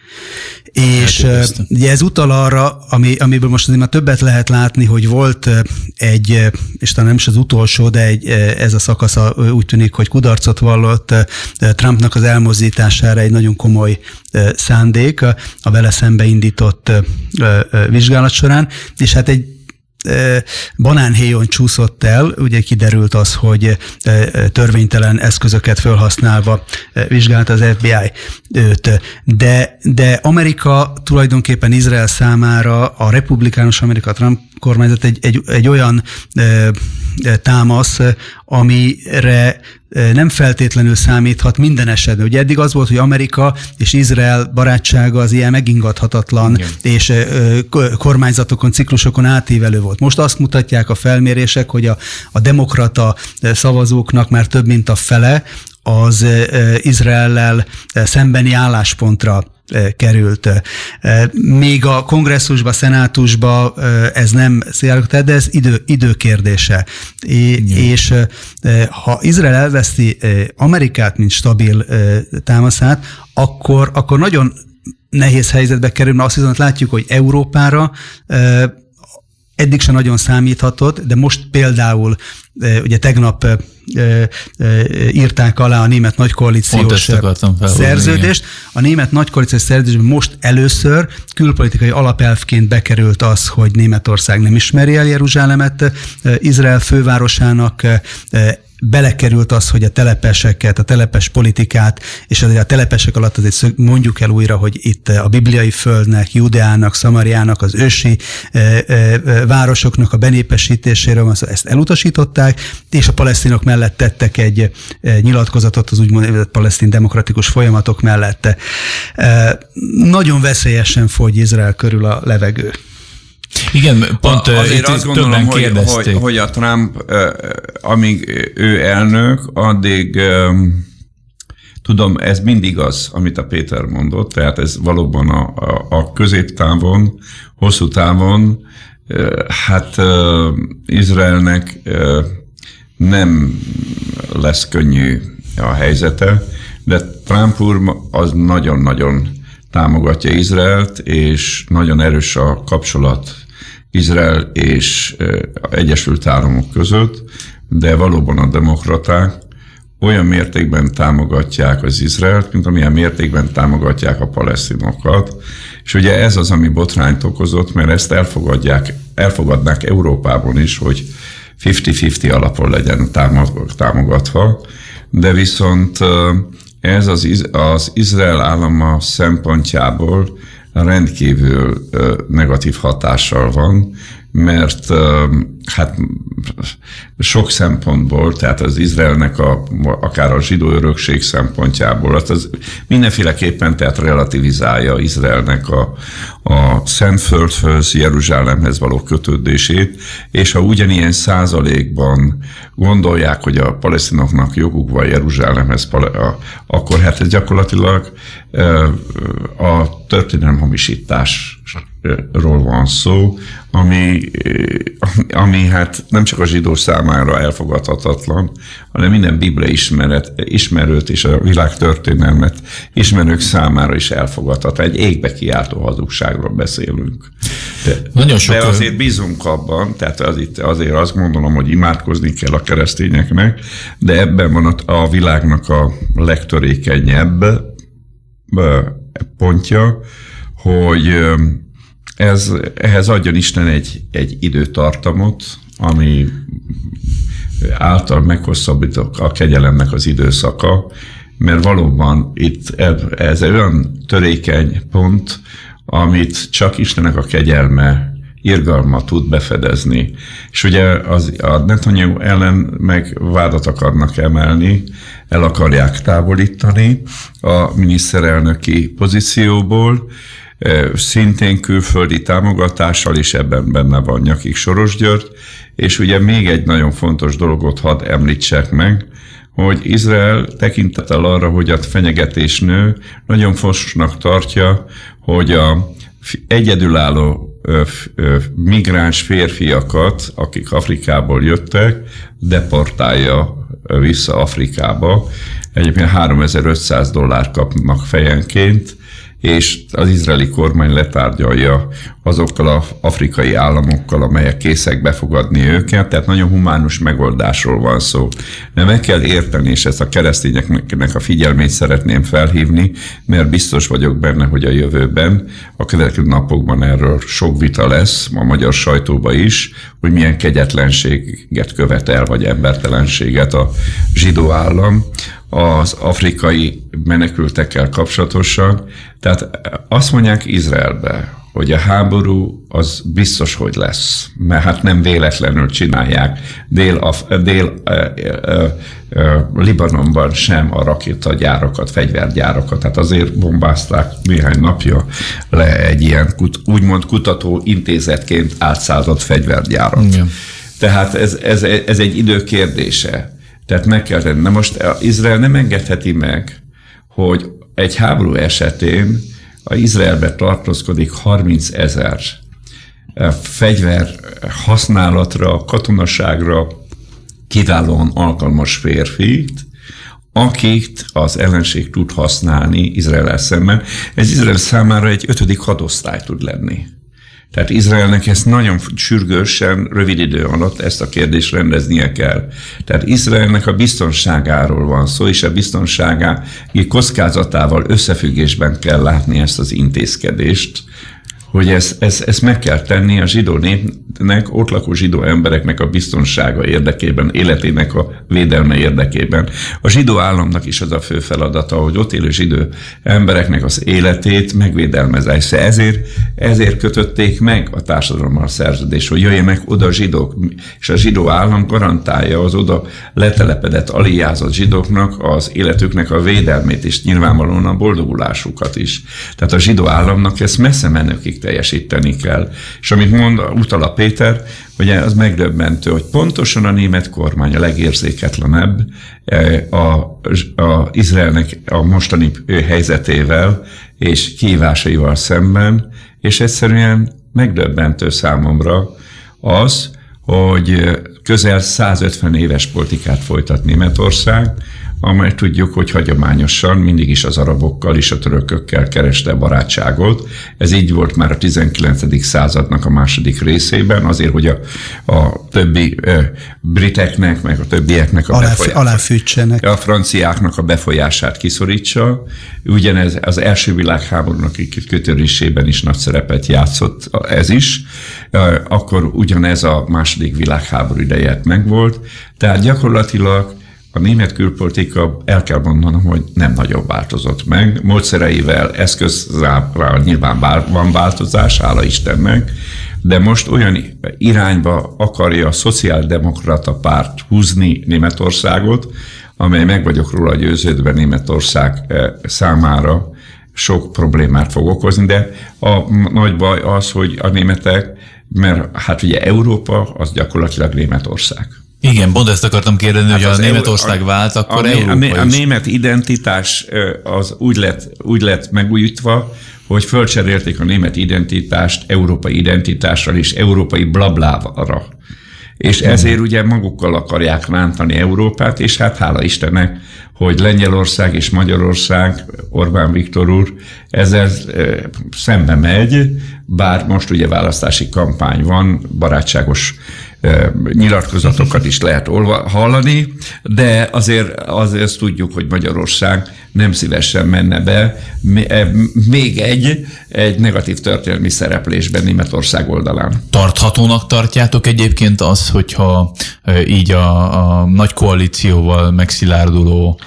És hát, ugye ez utal arra, ami, amiből most azért már többet lehet látni, hogy volt egy, és talán nem is az utolsó, de egy, ez a szakasza úgy tűnik, hogy kudarcot vallott Trumpnak az elmozdítására egy nagyon komoly szándék a vele szembe indított vizsgálat során, és hát egy banánhéjon csúszott el, ugye kiderült az, hogy törvénytelen eszközöket felhasználva vizsgálta az ef bé i őt. De, de Amerika tulajdonképpen Izrael számára, a republikánus Amerika Trump kormányzat egy, egy, egy olyan támasz, amire nem feltétlenül számíthat minden esetben. Ugye eddig az volt, hogy Amerika és Izrael barátsága az ilyen megingathatatlan, igen, és kormányzatokon, ciklusokon átívelő volt. Most azt mutatják a felmérések, hogy a, a demokrata szavazóknak már több mint a fele az Izraellel szembeni álláspontra került. Még a kongresszusba, szenátusba ez nem szélállt, de ez idő, idő kérdése. Igen. És ha Izrael elveszti Amerikát, mint stabil támaszát, akkor, akkor nagyon nehéz helyzetbe kerül, mert azt viszont látjuk, hogy Európára eddig sem nagyon számíthatott, de most például ugye tegnap írták alá a német nagykoalíciós szerződést. A német nagykoalíciós szerződésben most először külpolitikai alapelvként bekerült az, hogy Németország nem ismeri el Jeruzsálemet Izrael fővárosának, belekerült az, hogy a telepeseket, a telepes politikát, és azért a telepesek alatt azért mondjuk el újra, hogy itt a bibliai földnek, Judeának, Szamariának, az ősi e, e, városoknak a benépesítéséről, ezt elutasították, és a palesztinok mellett tettek egy e, nyilatkozatot az úgymond palesztin demokratikus folyamatok mellett. E, nagyon veszélyesen fogy Izrael körül a levegő. Igen, pont a, azért azt gondolom, hogy, hogy, hogy a Trump, amíg ő elnök, addig tudom, ez mindig az, amit a Péter mondott, tehát ez valóban a, a, a középtávon, hosszú távon, hát Izraelnek nem lesz könnyű a helyzete, de Trump úr az nagyon-nagyon támogatja Izraelt, és nagyon erős a kapcsolat Izrael és Egyesült Államok között, de valóban a demokraták olyan mértékben támogatják az Izraelt, mint amilyen mértékben támogatják a palesztinokat. És ugye ez az, ami botrányt okozott, mert ezt elfogadják, elfogadnák Európában is, hogy fifty-fifty alapon legyen támogatva, de viszont ez az, az Izrael állama szempontjából rendkívül negatív hatással van, mert hát sok szempontból, tehát az Izraelnek a, akár a zsidó örökség szempontjából, az, az mindenféleképpen tehát relativizálja Izraelnek a, a Szentföldhöz, Jeruzsálemhez való kötődését, és ha ugyanilyen százalékban gondolják, hogy a palesztinoknak joguk van Jeruzsálemhez, akkor hát ez gyakorlatilag a történelem hamisításról van szó, ami, ami hát nem csak a zsidó számára elfogadhatatlan, hanem minden biblia ismeret, ismerőt és a világ történelmet ismerők számára is elfogadhatatlan. Egy égbe kiáltó hazugságról beszélünk. De, Nagyon de azért bízunk abban, tehát az itt azért azt gondolom, hogy imádkozni kell a keresztényeknek, de ebben van a világnak a legtörékenyebb pontja, hogy ez, ehhez adjon Isten egy, egy időtartamot, ami által meghosszabbítok a kegyelemnek az időszaka, mert valóban itt ez egy olyan törékeny pont, amit csak Istennek a kegyelme, irgalma tud befedezni. És ugye az, a Netanyahu ellen meg vádat akarnak emelni, el akarják távolítani a miniszterelnöki pozícióból, szintén külföldi támogatással, és ebben benne van Nyakig Soros György, és ugye még egy nagyon fontos dolgot hadd említsek meg, hogy Izrael tekintettel arra, hogy a fenyegetés nő, nagyon fontosnak tartja, hogy a egyedülálló migráns férfiakat, akik Afrikából jöttek, deportálja vissza Afrikába. Egyébként háromezer-ötszáz dollár kapnak fejenként, és az izraeli kormány letárgyalja azokkal az afrikai államokkal, amelyek készek befogadni őket, tehát nagyon humánus megoldásról van szó. De meg kell érteni, és ezt a keresztényeknek a figyelmét szeretném felhívni, mert biztos vagyok benne, hogy a jövőben, a következő napokban erről sok vita lesz, a magyar sajtóban is, hogy milyen kegyetlenséget követel, vagy embertelenséget a zsidó állam az afrikai menekültekkel kapcsolatosan. Tehát azt mondják Izraelbe, hogy a háború az biztos, hogy lesz, mert hát nem véletlenül csinálják. Dél, dél eh, eh, eh, Libanonban sem a rakétagyárokat, fegyvergyárokat, tehát azért bombázták néhány napja le egy ilyen úgymond kutató intézetként átszállott fegyvergyárat. Igen. Tehát ez, ez, ez egy idő kérdése. Tehát meg kell tenni. Na most Izrael nem engedheti meg, hogy egy háború esetén a Izraelbe tartózkodik harmincezer fegyver használatra, katonaságra kiválóan alkalmas férfit, akit az ellenség tud használni Izrael szemben. Ez Izrael számára egy ötödik hadosztály tud lenni. Tehát Izraelnek ezt nagyon sürgősen, rövid idő alatt ezt a kérdést rendeznie kell. Tehát Izraelnek a biztonságáról van szó, és a biztonsága kockázatával összefüggésben kell látni ezt az intézkedést, hogy ezt, ezt, ezt meg kell tenni a zsidó népnek, ott lakó zsidó embereknek a biztonsága érdekében, életének a védelme érdekében. A zsidó államnak is az a fő feladata, hogy ott élő zsidó embereknek az életét megvédelmezze. Ezért, ezért kötötték meg a társadalommal szerződést, hogy jöjjenek oda zsidók, és a zsidó állam garantálja az oda letelepedett, aliázott zsidóknak az életüknek a védelmét, és nyilvánvalóan a boldogulásukat is. Tehát a zsidó államnak ezt messze menőkig teljesíteni kell. És amit mond, utal a Péter, hogy az megdöbbentő, hogy pontosan a német kormány a legérzéketlenebb a, a Izraelnek a mostani helyzetével és kihívásaival szemben, és egyszerűen megdöbbentő számomra az, hogy közel százötven éves politikát folytat Németország, amely tudjuk, hogy hagyományosan mindig is az arabokkal és a törökökkel kereste barátságot. Ez így volt már a tizenkilencedik századnak a második részében, azért, hogy a, a többi ö, briteknek, meg a többieknek a Alá, befolyását, aláfűtsenek. A franciáknak a befolyását kiszorítsa. Ugyanez az első világháborúnak kitörésében is nagy szerepet játszott ez is. Akkor ugyanez a második világháború idejét megvolt. Tehát gyakorlatilag a német külpolitika, el kell mondanom, hogy nem nagyon változott meg. Módszereivel, eszközzel nyilván van változás, hála Istennek, de most olyan irányba akarja a szociáldemokrata párt húzni Németországot, amely meg vagyok róla győződve Németország számára sok problémát fog okozni, de a nagy baj az, hogy a németek, mert hát ugye Európa az gyakorlatilag Németország. Igen, pont ezt akartam kérdezni, hát hogy ha Németország vált, akkor a, Európa a, a is. német identitás az úgy lett, úgy lett megújítva, hogy fölcserélték a német identitást európai identitásra és európai blablára. És ezért ugye magukkal akarják rántani Európát, és hát hála Istennek, hogy Lengyelország és Magyarország, Orbán Viktor úr ezzel szembe megy, bár most ugye választási kampány van, barátságos nyilatkozatokat is lehet olva, hallani, de azért, azért azt tudjuk, hogy Magyarország nem szívesen menne be még egy, egy negatív történelmi szereplésben Németország oldalán. Tarthatónak tartjátok egyébként az, hogyha így a, a nagy koalícióval megszilárduló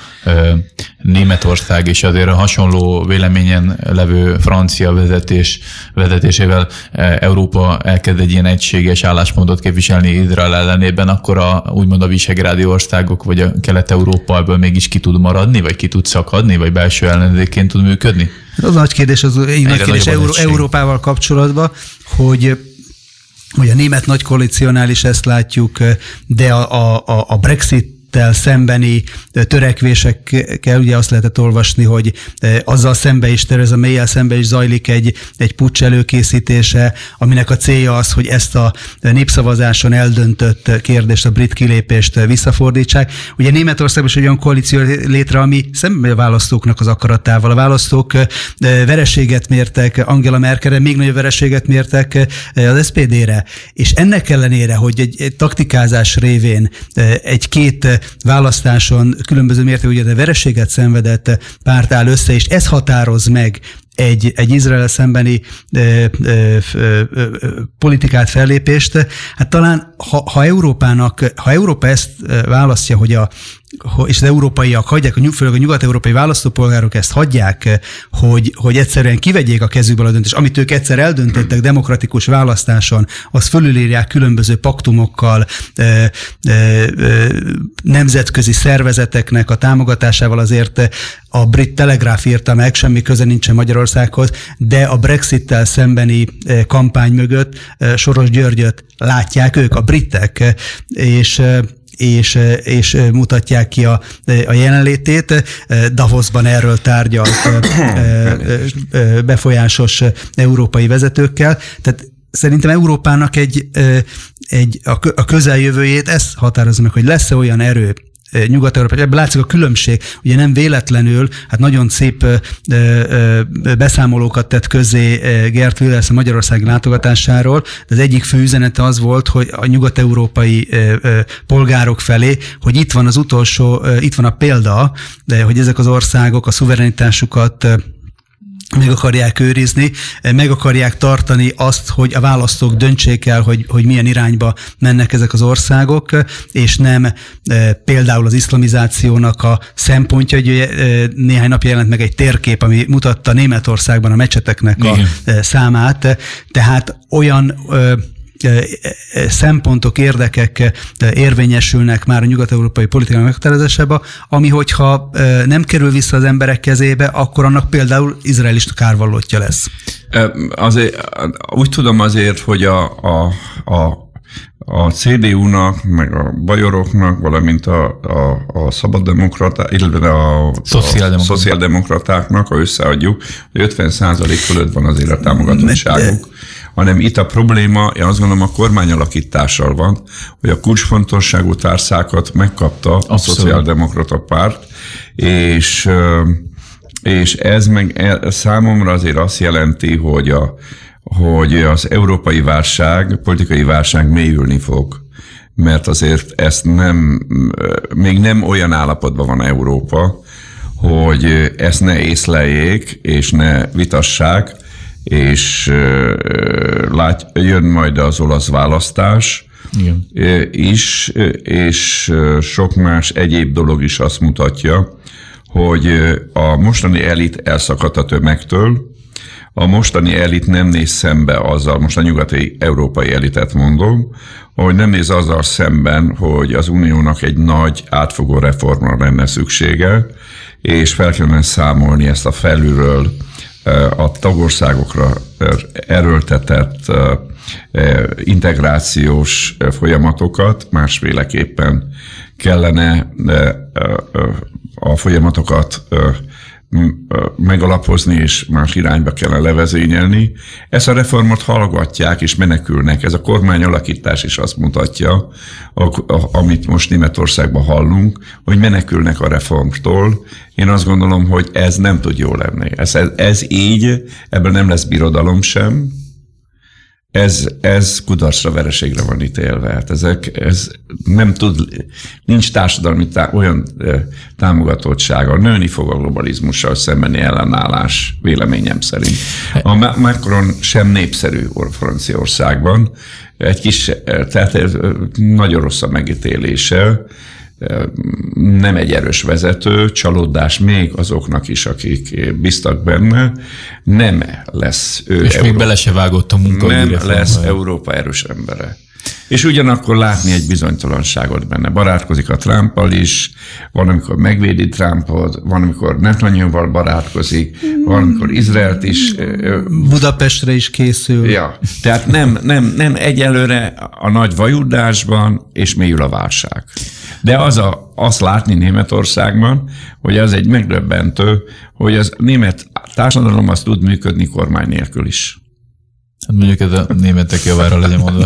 Németország és azért a hasonló véleményen levő francia vezetés, vezetésével Európa elkezd egy ilyen egységes álláspontot képviselni Izrael ellenében, akkor a, úgymond a visegrádi országok vagy a Kelet-Európa ebből mégis ki tud maradni, vagy ki tud szakadni, vagy belső ellenzékként tud működni? Az nagy kérdés, az egy nagy kérdés Euró- Európával kapcsolatban, hogy hogy a német nagy koalíciónál is ezt látjuk, de a, a, a Brexit Brexittel szembeni törekvésekkel, ugye azt lehetett olvasni, hogy azzal szembe is, Theresa May-jel szembe is zajlik egy, egy puccs előkészítése, aminek a célja az, hogy ezt a népszavazáson eldöntött kérdést, a brit kilépést visszafordítsák. Ugye Németországban is egy olyan koalíció létre, ami szembe a választóknak az akaratával. A választók vereséget mértek Angela Merkelre, még nagyobb vereséget mértek az es zé pé dére. És ennek ellenére, hogy egy, egy taktikázás révén egy-két választáson különböző mértékű vereséget szenvedett párt áll össze, és ez határoz meg egy, egy Izrael szembeni ö, ö, ö, ö, politikát, fellépést. Hát talán, ha, ha Európának, ha Európa ezt választja, hogy a és az európaiak hagyják, főleg a nyugat-európai választópolgárok ezt hagyják, hogy, hogy egyszerűen kivegyék a kezükből a döntést, amit ők egyszer eldöntöttek demokratikus választáson, azt fölülírják különböző paktumokkal, nemzetközi szervezeteknek a támogatásával, azért a brit Telegráf írta meg, semmi köze nincsen Magyarországhoz, de a Brexittel szembeni kampány mögött Soros Györgyöt látják ők, a britek, és És, és mutatják ki a, a jelenlétét. Davosban erről tárgyalt befolyásos európai vezetőkkel. Tehát szerintem Európának egy, egy, a közeljövőjét ezt határozza meg, hogy lesz-e olyan erő Nyugat-Európa. Ebből látszik a különbség. Ugye nem véletlenül, hát nagyon szép ö, ö, beszámolókat tett közzé Geert Wilders a magyarországi látogatásáról, de az egyik fő üzenete az volt, hogy a nyugat-európai ö, ö, polgárok felé, hogy itt van az utolsó, ö, itt van a példa, de hogy ezek az országok a szuverenitásukat ö, meg akarják őrizni, meg akarják tartani azt, hogy a választók döntsék el, hogy, hogy milyen irányba mennek ezek az országok, és nem e, például az iszlamizációnak a szempontja, hogy e, néhány napja jelent meg egy térkép, ami mutatta Németországban a mecseteknek a e, számát, tehát olyan e, szempontok, érdekek érvényesülnek már a nyugat-európai politikai meghatározásába, ami hogyha nem kerül vissza az emberek kezébe, akkor annak például izraelista kárvallottja lesz. Azért, úgy tudom azért, hogy a, a, a, a cé dé u-nak, meg a bajoroknak, valamint a, a, a szabaddemokraták, illetve a, a szociáldemokratáknak, ha összeadjuk, hogy ötven százalék fölött van azért a támogatottságuk. Hanem itt a probléma, én azt gondolom, a kormányalakítással van, hogy a kulcsfontosságú tárcákat megkapta a szociáldemokrata párt, és, és ez meg számomra azért azt jelenti, hogy, a, hogy az európai válság, politikai válság mélyülni fog, mert azért ezt nem, még nem olyan állapotban van Európa, hogy ezt ne észleljék, és ne vitassák, és lát, jön majd az olasz választás. Igen. is, és sok más egyéb dolog is azt mutatja, hogy a mostani elit elszakadt a tömegtől, a mostani elit nem néz szembe azzal, most a nyugati európai elitet mondom, hogy nem néz azzal szemben, hogy az uniónak egy nagy átfogó reformra lenne szüksége, és fel kellene számolni ezt a felülről a tagországokra erőltetett integrációs folyamatokat, másféleképpen kellene a folyamatokat megalapozni, és más irányba kellene levezényelni. Ezt a reformot hallgatják, és menekülnek. Ez a kormányalakítás is azt mutatja, amit most Németországban hallunk, hogy menekülnek a reformtól. Én azt gondolom, hogy ez nem tud jó lenni. Ez, ez, ez így, ebből nem lesz birodalom sem. Ez, ez kudarcra, vereségre van ítélve. Hát ezek, ez nem tud, nincs társadalmi tá, olyan e, támogatottsága. Nőni fog a globalizmussal szembeni ellenállás, véleményem szerint. A Macron sem népszerű Franciaországban. Egy kis, tehát nagyon rossz a megítélése. Nem egy erős vezető, csalódás még azoknak is, akik bíztak benne, nem lesz ő. És Európa, még bele se vágott a munkaügyi nem lesz Európa erős embere. És ugyanakkor látni egy bizonytalanságot benne. Barátkozik a Trumpal is, van, amikor megvédi Trumpot, van, amikor Netanyahuval barátkozik, van, amikor Izraelt is. Budapestre is készül. Ja, tehát nem, nem, nem egyelőre a nagy vajudásban, és mélyül a válság. De az a, azt látni Németországban, hogy az egy megdöbbentő, hogy az német társadalom az tud működni kormány nélkül is. Hát mondjuk ez a németek javára legyen mondva.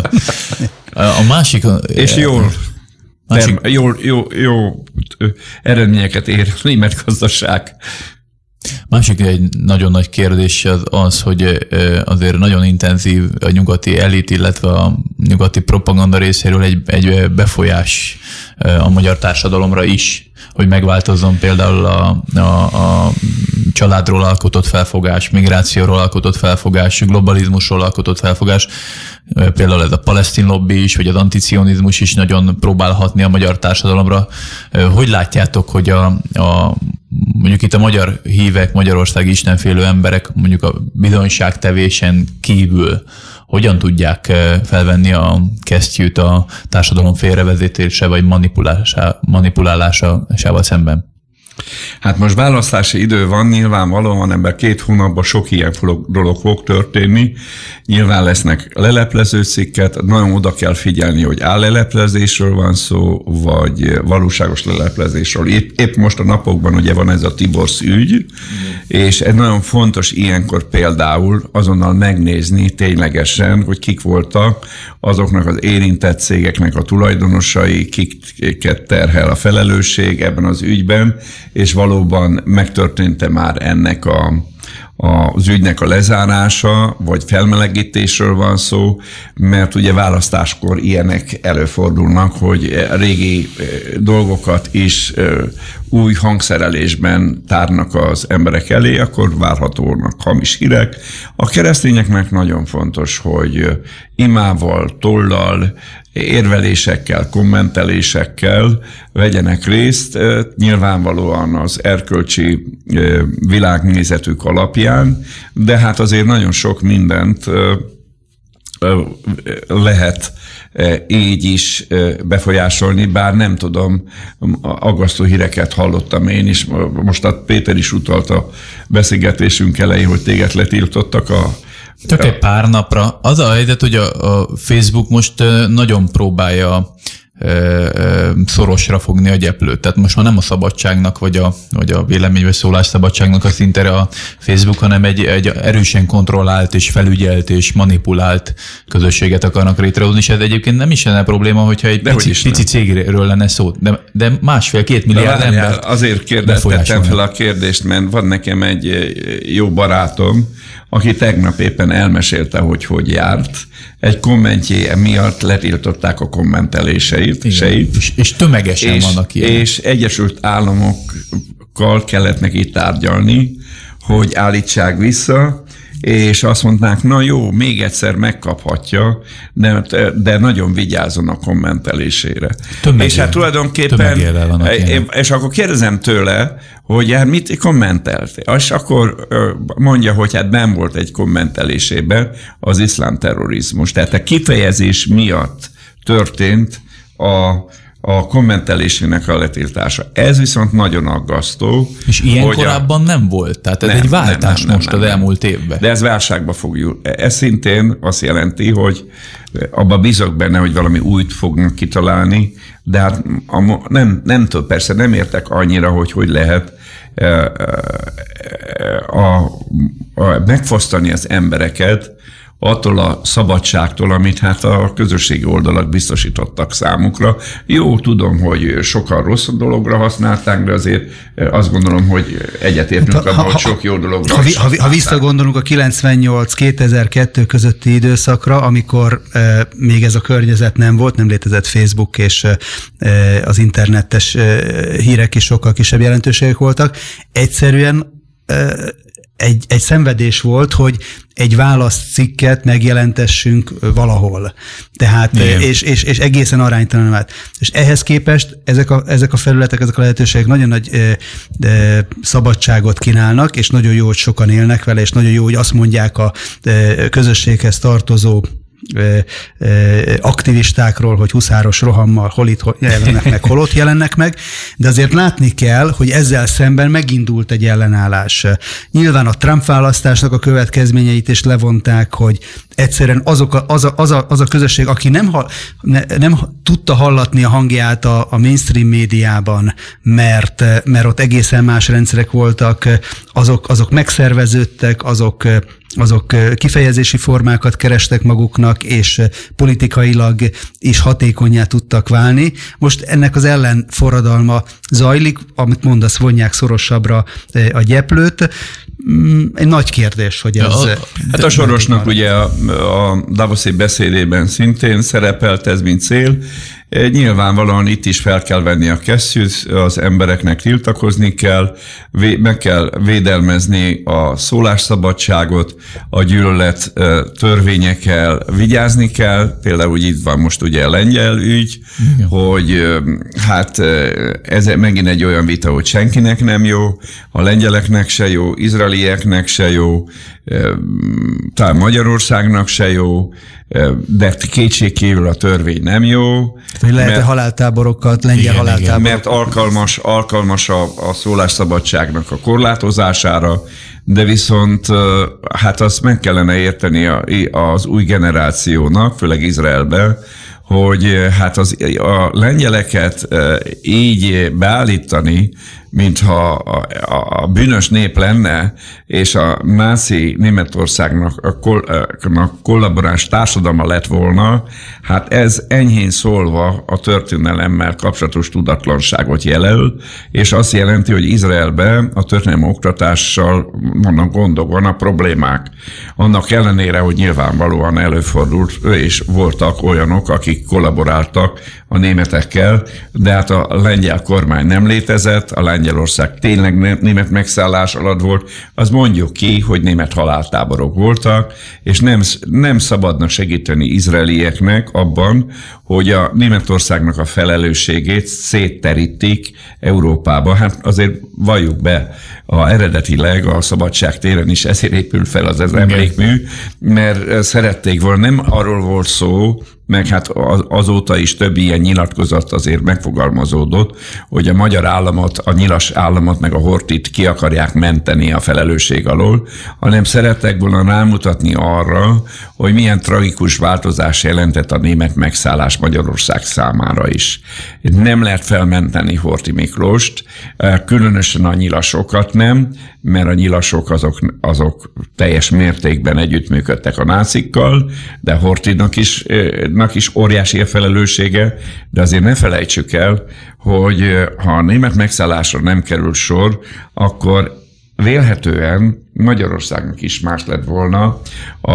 A másik... És jól, másik... Term, jó, jó, jó eredményeket ér a német gazdaság. Másik egy nagyon nagy kérdés az, az, hogy azért nagyon intenzív a nyugati elit, illetve a nyugati propaganda részéről egy, egy befolyás a magyar társadalomra is, hogy megváltozzon például a, a, a családról alkotott felfogás, migrációról alkotott felfogás, globalizmusról alkotott felfogás. Például ez a palesztin lobby is, vagy az anticionizmus is nagyon próbál hatni a magyar társadalomra. Hogy látjátok, hogy a, a mondjuk itt a magyar hívek, Magyarország istenfélő emberek mondjuk a bizonyságtevésen kívül hogyan tudják felvenni a kesztyűt a társadalom félrevezetése vagy manipulálásával szemben? Hát most választási idő van, nyilvánvalóan ebben két hónapban sok ilyen dolog fog történni. Nyilván lesznek leleplező cikket, nagyon oda kell figyelni, hogy álleleplezésről van szó, vagy valóságos leleplezésről. Épp, épp most a napokban ugye van ez a Tiborcs ügy, mm. és ez nagyon fontos ilyenkor például azonnal megnézni ténylegesen, hogy kik voltak azoknak az érintett cégeknek a tulajdonosai, kiket terhel a felelősség ebben az ügyben, és valóban megtörtént-e már ennek a, a, az ügynek a lezárása, vagy felmelegítésről van szó, mert ugye választáskor ilyenek előfordulnak, hogy régi dolgokat is új hangszerelésben tárnak az emberek elé, akkor várhatónak hamis hírek. A keresztényeknek nagyon fontos, hogy imával, tollal, érvelésekkel, kommentelésekkel vegyenek részt, nyilvánvalóan az erkölcsi világnézetük alapján, de hát azért nagyon sok mindent lehet így is befolyásolni, bár nem tudom, aggasztó híreket hallottam én is. Most a Péter is utalt a beszélgetésünk elején, hogy téged letiltottak a Csak egy pár napra. Az a helyzet, hogy a, a Facebook most nagyon próbálja szorosra fogni a gyeplőt. Tehát most már nem a szabadságnak, vagy a, vagy a vélemény vagy szólásszabadságnak a szintere a Facebook, hanem egy, egy erősen kontrollált és felügyelt és manipulált közösséget akarnak létrehozni, és ez egyébként nem is lenne probléma, hogyha egy pici, pici cégről lenne szó, de, de másfél-két milliárd ember. Azért kérdeztettem fel a kérdést, mert van nekem egy jó barátom, aki tegnap éppen elmesélte, hogy hogy járt. Egy kommentje miatt letiltották a kommenteléseit. És, és tömegesen és, vannak ilyen. És Egyesült Államokkal kellett neki tárgyalni, hogy állítsák vissza, és azt mondták, na jó, még egyszer megkaphatja, de, de nagyon vigyázzon a kommentelésére. Tömegél. És hát tulajdonképpen, és akkor kérdezem tőle, hogy hát mit kommentelt? És akkor mondja, hogy hát nem volt egy kommentelésében az iszlám terrorizmus. Tehát a kifejezés miatt történt a a kommentelésének a letiltása. Ez viszont nagyon aggasztó. És ilyen korábban a... nem volt? Tehát ez nem, egy váltás nem, nem, most nem, az elmúlt évben. De ez válságba fog jutni. Ez szintén azt jelenti, hogy abba bízok benne, hogy valami újt fognak kitalálni, de hát a, nem, nem tudom, persze nem értek annyira, hogy hogy lehet a, a, a, megfosztani az embereket attól a szabadságtól, amit hát a közösségi oldalak biztosítottak számukra. Jó, tudom, hogy sokan rossz dologra használták, de azért azt gondolom, hogy egyetértünk hát, abban, hogy sok jó dologra ha, ha, ha visszagondolunk a kilencvennyolc kétezer-kettő közötti időszakra, amikor e, még ez a környezet nem volt, nem létezett Facebook, és e, az internetes e, hírek is sokkal kisebb jelentőségek voltak, egyszerűen e, Egy, egy szenvedés volt, hogy egy válaszcikket megjelentessünk valahol. Tehát, és, és, és egészen aránytalan vált. És ehhez képest ezek a, ezek a felületek, ezek a lehetőségek nagyon nagy e, e, szabadságot kínálnak, és nagyon jó, hogy sokan élnek vele, és nagyon jó, hogy azt mondják a e, közösséghez tartozó ö, ö, aktivistákról, hogy huszáros rohammal hol itt jelennek meg, hol ott jelennek meg, de azért látni kell, hogy ezzel szemben megindult egy ellenállás. Nyilván a Trump választásnak a következményeit is levonták, hogy egyszerűen azok a, az, a, az, a, az a közösség, aki nem, ne, nem tudta hallatni a hangját a, a mainstream médiában, mert, mert ott egészen más rendszerek voltak, azok, azok megszerveződtek, azok, azok kifejezési formákat kerestek maguknak, és politikailag is hatékonnyá tudtak válni. Most ennek az ellenforradalma zajlik, amit mondasz, vonják szorosabbra a gyeplőt. Egy nagy kérdés, hogy ez... Ja, hát a Sorosnak ugye a, a Davoszi beszédében szintén szerepelt ez, mint cél. Nyilvánvalóan itt is fel kell venni a kesztyűt, az embereknek tiltakozni kell, meg kell védelmezni a szólásszabadságot, a gyűlölet törvényekkel vigyázni kell, például úgy itt van most ugye a lengyel ügy, igen, hogy hát ez megint egy olyan vita, hogy senkinek nem jó, a lengyeleknek se jó, izraelieknek se jó, talán Magyarországnak se jó, de kétségkívül a törvény nem jó. Hogy lehet-e haláltáborokat, lengyel igen, haláltáborokat? Mert alkalmas, alkalmas a, a szólásszabadságnak a korlátozására, de viszont hát azt meg kellene érteni az új generációnak, főleg Izraelben, hogy hát az, a lengyeleket így beállítani, mintha a, a, a bűnös nép lenne, és a náci Németországnak a kol, a kollaboráns társadalma lett volna, hát ez enyhén szólva a történelemmel kapcsolatos tudatlanságot jelöl, és azt jelenti, hogy Izraelben a történelmi oktatással vannak gondok, vannak problémák. Annak ellenére, hogy nyilvánvalóan előfordult, és voltak olyanok, akik kollaboráltak a németekkel, de hát a lengyel kormány nem létezett, a Lengyelország tényleg német megszállás alatt volt, az mondjuk ki, hogy német haláltáborok voltak, és nem, nem szabadna segíteni izraelieknek abban, hogy a Németországnak a felelősségét szétterítik Európába. Hát azért valljuk be, a eredetileg a Szabadság téren is ezért épült fel az ez emlékmű, mert szerették volna, nem arról volt szó, meg hát azóta is több ilyen nyilatkozat azért megfogalmazódott, hogy a magyar államot, a nyilas államot meg a Horthyt ki akarják menteni a felelősség alól, hanem szerettek volna rámutatni arra, hogy milyen tragikus változás jelentett a német megszállás Magyarország számára is. Nem lehet felmenteni Horthy Miklóst, különösen a nyilasokat nem, mert a nyilasok azok, azok teljes mértékben együttműködtek a nácikkal, de Horthynak is, is óriási a felelőssége, de azért ne felejtsük el, hogy ha a német megszállásra nem kerül sor, akkor vélhetően Magyarországnak is más lett volna a,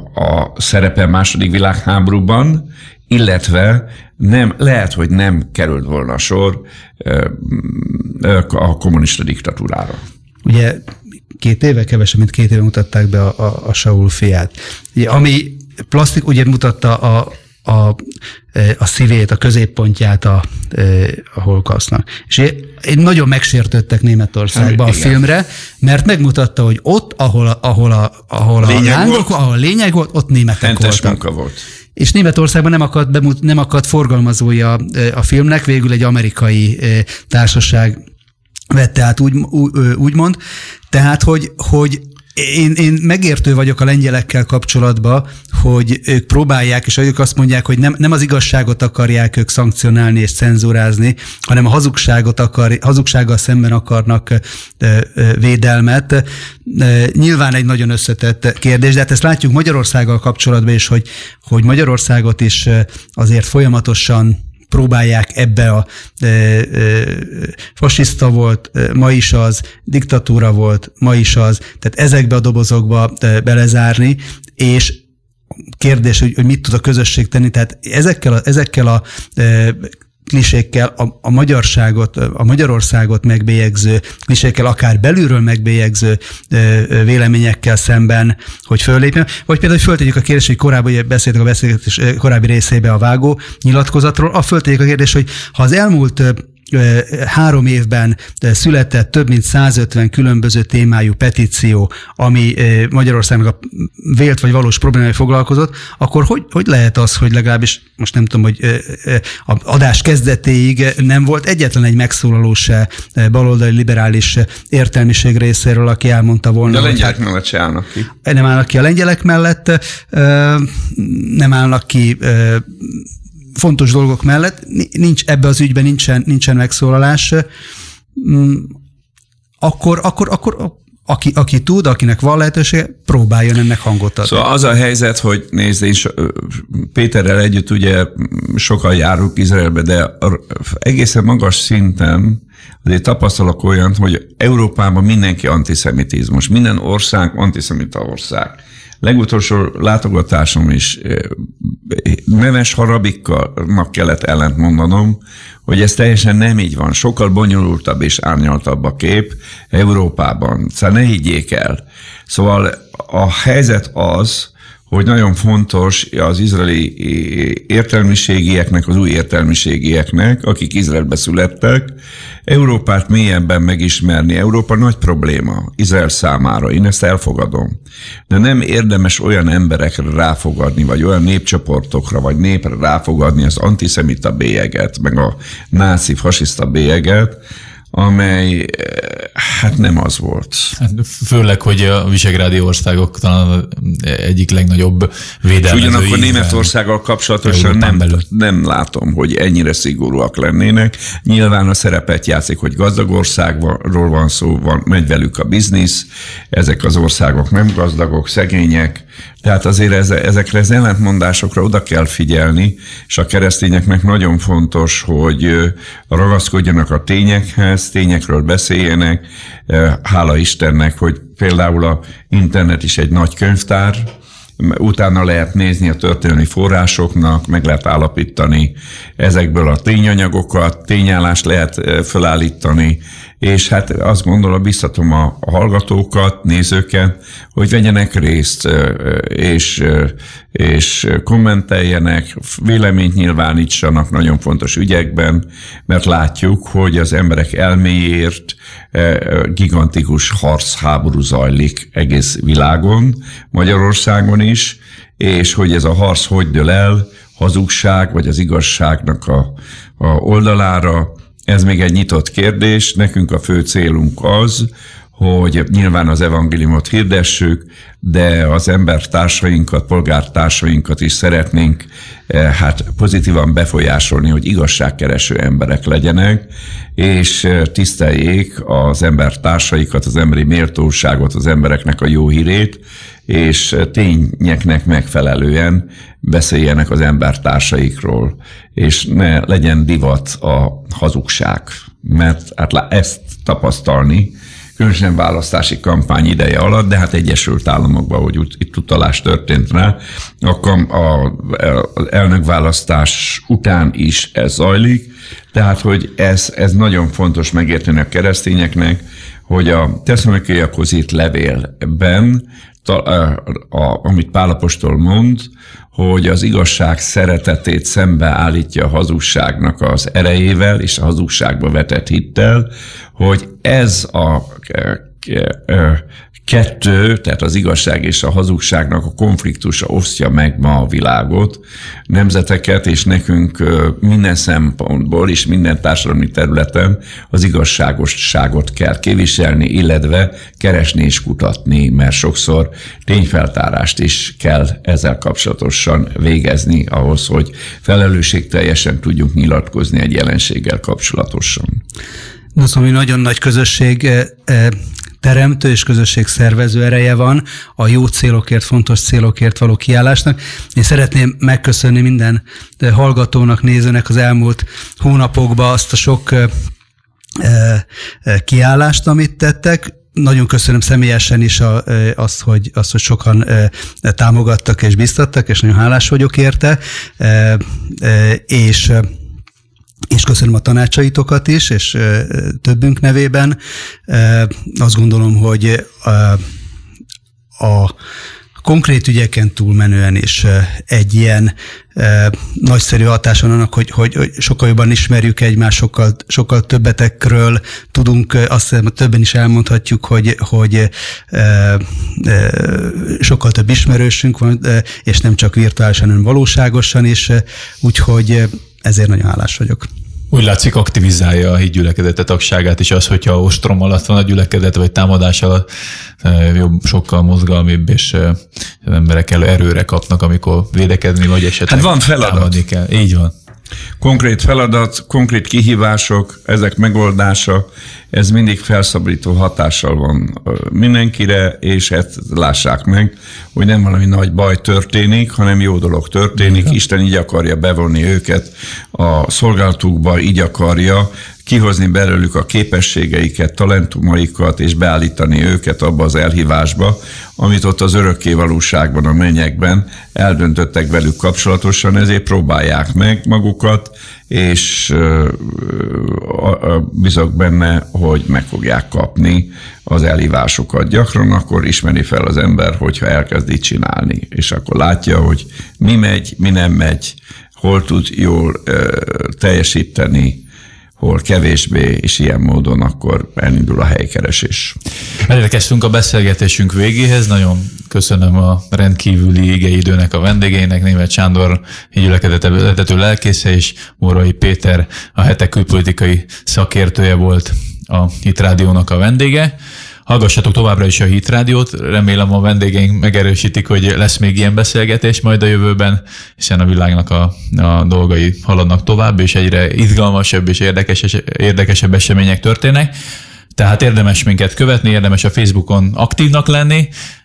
a szerepe második világháborúban, illetve nem, lehet, hogy nem került volna sor a kommunista diktatúrára. Ugye két éve, kevesebb, mint két éve mutatták be a, a, a Saul fiát. Ugye, ami plastik, ugye mutatta a, a, a szívét, a középpontját a, a holokausznak. És én nagyon megsértődtek Németországban a filmre, mert megmutatta, hogy ott, ahol, ahol a, ahol a lángok, ahol a lényeg volt, ott németek Hentes voltak. Munka volt. És Németországban nem akadt, bemut, nem akadt forgalmazója a filmnek, végül egy amerikai társaság vette át, úgy, úgymond. Tehát, hogy, hogy én, én megértő vagyok a lengyelekkel kapcsolatban, hogy ők próbálják, és ők azt mondják, hogy nem, nem az igazságot akarják ők szankcionálni és cenzúrázni, hanem a hazugságot akar, hazugsággal szemben akarnak védelmet. Nyilván egy nagyon összetett kérdés, de hát ezt látjuk Magyarországgal kapcsolatban is, hogy, hogy Magyarországot is azért folyamatosan próbálják ebbe a e, e, fasiszta volt, e, ma is az, diktatúra volt, ma is az, tehát ezekbe a dobozokba e, belezárni, és kérdés, hogy, hogy mit tud a közösség tenni, tehát ezekkel a, ezekkel a e, klisékkel a, a magyarságot, a Magyarországot megbélyegző klisékkel, akár belülről megbélyegző ö, véleményekkel szemben, hogy föllépjen, vagy például, hogy föltegyük a kérdést, hogy korábban beszéltünk a beszélgetés korábbi részébe a vágó nyilatkozatról, a föltegyük a kérdést, hogy ha az elmúlt három évben született több mint százötven különböző témájú petíció, ami Magyarországnak a vélt vagy valós problémái foglalkozott, akkor hogy, hogy lehet az, hogy legalábbis most nem tudom, hogy a adás kezdetéig nem volt egyetlen egy megszólaló se baloldali liberális értelmiség részéről, aki elmondta volna. De a lengyelek hát, mellett se állnak ki. Nem állnak ki a lengyelek mellett, nem állnak ki fontos dolgok mellett. Nincs ebbe az ügyben nincsen, nincsen megszólalás. Akkor, akkor, akkor aki, aki tud, akinek van lehetősége, próbáljon ennek hangot adni. Szóval az a helyzet, hogy nézd, én Péterrel együtt ugye sokan járunk Izraelbe, de egészen magas szinten azért tapasztalok olyant, hogy Európában mindenki antiszemitizmus, minden ország antiszemita ország. Legutolsó látogatásom is neves harabiknak kellett ellent mondanom, hogy ez teljesen nem így van. Sokkal bonyolultabb és árnyaltabb a kép Európában. Szóval ne higgyék el. Szóval a helyzet az, hogy nagyon fontos az izraeli értelmiségieknek, az új értelmiségieknek, akik Izraelbe születtek, Európát mélyebben megismerni. Európa nagy probléma Izrael számára, én ezt elfogadom. De nem érdemes olyan emberekre ráfogadni, vagy olyan népcsoportokra, vagy népre ráfogadni az antiszemita bélyeget, meg a náci, fasiszta bélyeget, amely hát nem az volt. Hát főleg, hogy a visegrádi országok talán egyik legnagyobb védelmezői. Ugyanakkor Németországgal kapcsolatosan nem, nem látom, hogy ennyire szigorúak lennének. Nyilván a szerepet játszik, hogy gazdag országról van szó, van, megy velük a biznisz, ezek az országok nem gazdagok, szegények, tehát azért ezekre az ellentmondásokra oda kell figyelni, és a keresztényeknek nagyon fontos, hogy ragaszkodjanak a tényekhez, tényekről beszéljenek. Hála Istennek, hogy például a internet is egy nagy könyvtár, utána lehet nézni a történelmi forrásoknak, meg lehet állapítani ezekből a tényanyagokat, tényállást lehet felállítani, és hát azt gondolom, biztatom a hallgatókat, nézőket, hogy vegyenek részt, és, és kommenteljenek, véleményt nyilvánítsanak nagyon fontos ügyekben, mert látjuk, hogy az emberek elméért gigantikus harcháború zajlik egész világon, Magyarországon is, és hogy ez a harc hogy dől el, hazugság vagy az igazságnak a, a oldalára. Ez még egy nyitott kérdés. Nekünk a fő célunk az, hogy nyilván az evangéliumot hirdessük, de az embertársainkat, polgártársainkat is szeretnénk hát pozitívan befolyásolni, hogy igazságkereső emberek legyenek, és tiszteljék az embertársaikat, az emberi méltóságot, az embereknek a jó hírét, és tényeknek megfelelően beszéljenek az embertársaikról, és ne legyen divat a hazugság, mert hát ezt tapasztalni, különösen választási kampány ideje alatt, de hát Egyesült Államokban, hogy itt utalás történt rá, akkor az elnökválasztás után is ez zajlik, tehát hogy ez, ez nagyon fontos megérteni a keresztényeknek, hogy a Tesszalonikiakhoz írt levélben, a, a, amit Pál apostol mond, hogy az igazság szeretetét szembeállítja a hazugságnak az erejével és a hazugságba vetett hittel, hogy ez a kettő, tehát az igazság és a hazugságnak a konfliktusa osztja meg ma a világot, nemzeteket, és nekünk minden szempontból és minden társadalmi területen az igazságosságot kell képviselni, illetve keresni és kutatni, mert sokszor tényfeltárást is kell ezzel kapcsolatosan végezni ahhoz, hogy felelősségteljesen tudjunk nyilatkozni egy jelenséggel kapcsolatosan. Noszom, hogy nagyon nagy közösség teremtő és közösség szervező ereje van a jó célokért, fontos célokért való kiállásnak. Én szeretném megköszönni minden hallgatónak, nézőnek az elmúlt hónapokban azt a sok kiállást, amit tettek. Nagyon köszönöm személyesen is a, azt, hogy, azt, hogy sokan támogattak és biztattak, és nagyon hálás vagyok érte. És és köszönöm a tanácsaitokat is, és többünk nevében. Azt gondolom, hogy a konkrét ügyeken túlmenően is egy ilyen e, nagyszerű hatása annak, hogy, hogy, hogy sokkal jobban ismerjük egymást, sokkal, sokkal többetekről tudunk, azt hiszem, többen is elmondhatjuk, hogy, hogy e, e, sokkal több ismerősünk van, e, és nem csak virtuálisan, hanem valóságosan is, úgyhogy ezért nagyon hálás vagyok. Úgy látszik, aktivizálja a hídgyülekezete tagságát is az, hogyha ostrom alatt van a gyülekezet, vagy támadás alatt jobb, sokkal mozgalmibb, és az emberek erőre kapnak, amikor védekezni, vagy esetleg hát van feladat. Támadni kell. Így van. Konkrét feladat, konkrét kihívások, ezek megoldása, ez mindig felszabadító hatással van mindenkire, és ezt lássák meg, hogy nem valami nagy baj történik, hanem jó dolog történik. Igen. Isten így akarja bevonni őket a szolgálatukba, így akarja kihozni belőlük a képességeiket, talentumaikat, és beállítani őket abba az elhívásba, amit ott az örökké valóságban, a mennyekben eldöntöttek velük kapcsolatosan, ezért próbálják meg magukat, és bízok benne, hogy meg fogják kapni az elhívásokat. Gyakran akkor ismeri fel az ember, hogyha elkezdi csinálni, és akkor látja, hogy mi megy, mi nem megy, hol tud jól teljesíteni, hol kevésbé, és ilyen módon akkor elindul a helykeresés. Elérkeztünk a beszélgetésünk végéhez. Nagyon köszönöm a rendkívüli igeidőnek a vendégeinek, Németh Sándor hídgyülekezete vezető lelkésze, és Mórai Péter, a Hetek külpolitikai szakértője volt a Hit Rádiónak a vendége. Hallgassatok továbbra is a Hit Rádiót, remélem a vendégeink megerősítik, hogy lesz még ilyen beszélgetés majd a jövőben, hiszen a világnak a, a dolgai haladnak tovább, és egyre izgalmasabb és érdekes, érdekesebb események történnek. Tehát érdemes minket követni, érdemes a Facebookon aktívnak lenni,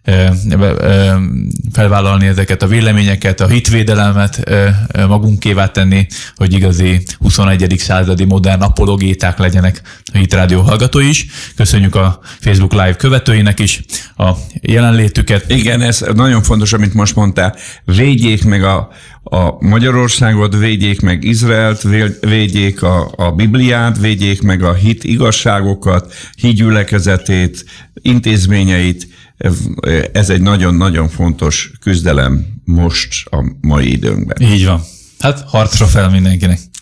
felvállalni ezeket a véleményeket, a hitvédelmet magunkévá tenni, hogy igazi huszonegyedik századi modern apologéták legyenek a Hit Rádió hallgatói is. Köszönjük a Facebook Live követőinek is a jelenlétüket. Igen, ez nagyon fontos, amit most mondtál. Védjék meg a, a Magyarországot, védjék meg Izraelt, védjék a, a Bibliát, védjék meg a hit igazságokat, hídgyülekezetét, intézményeit. Ez egy nagyon-nagyon fontos küzdelem most a mai időnkben. Így van. Hát harcra fel mindenkinek.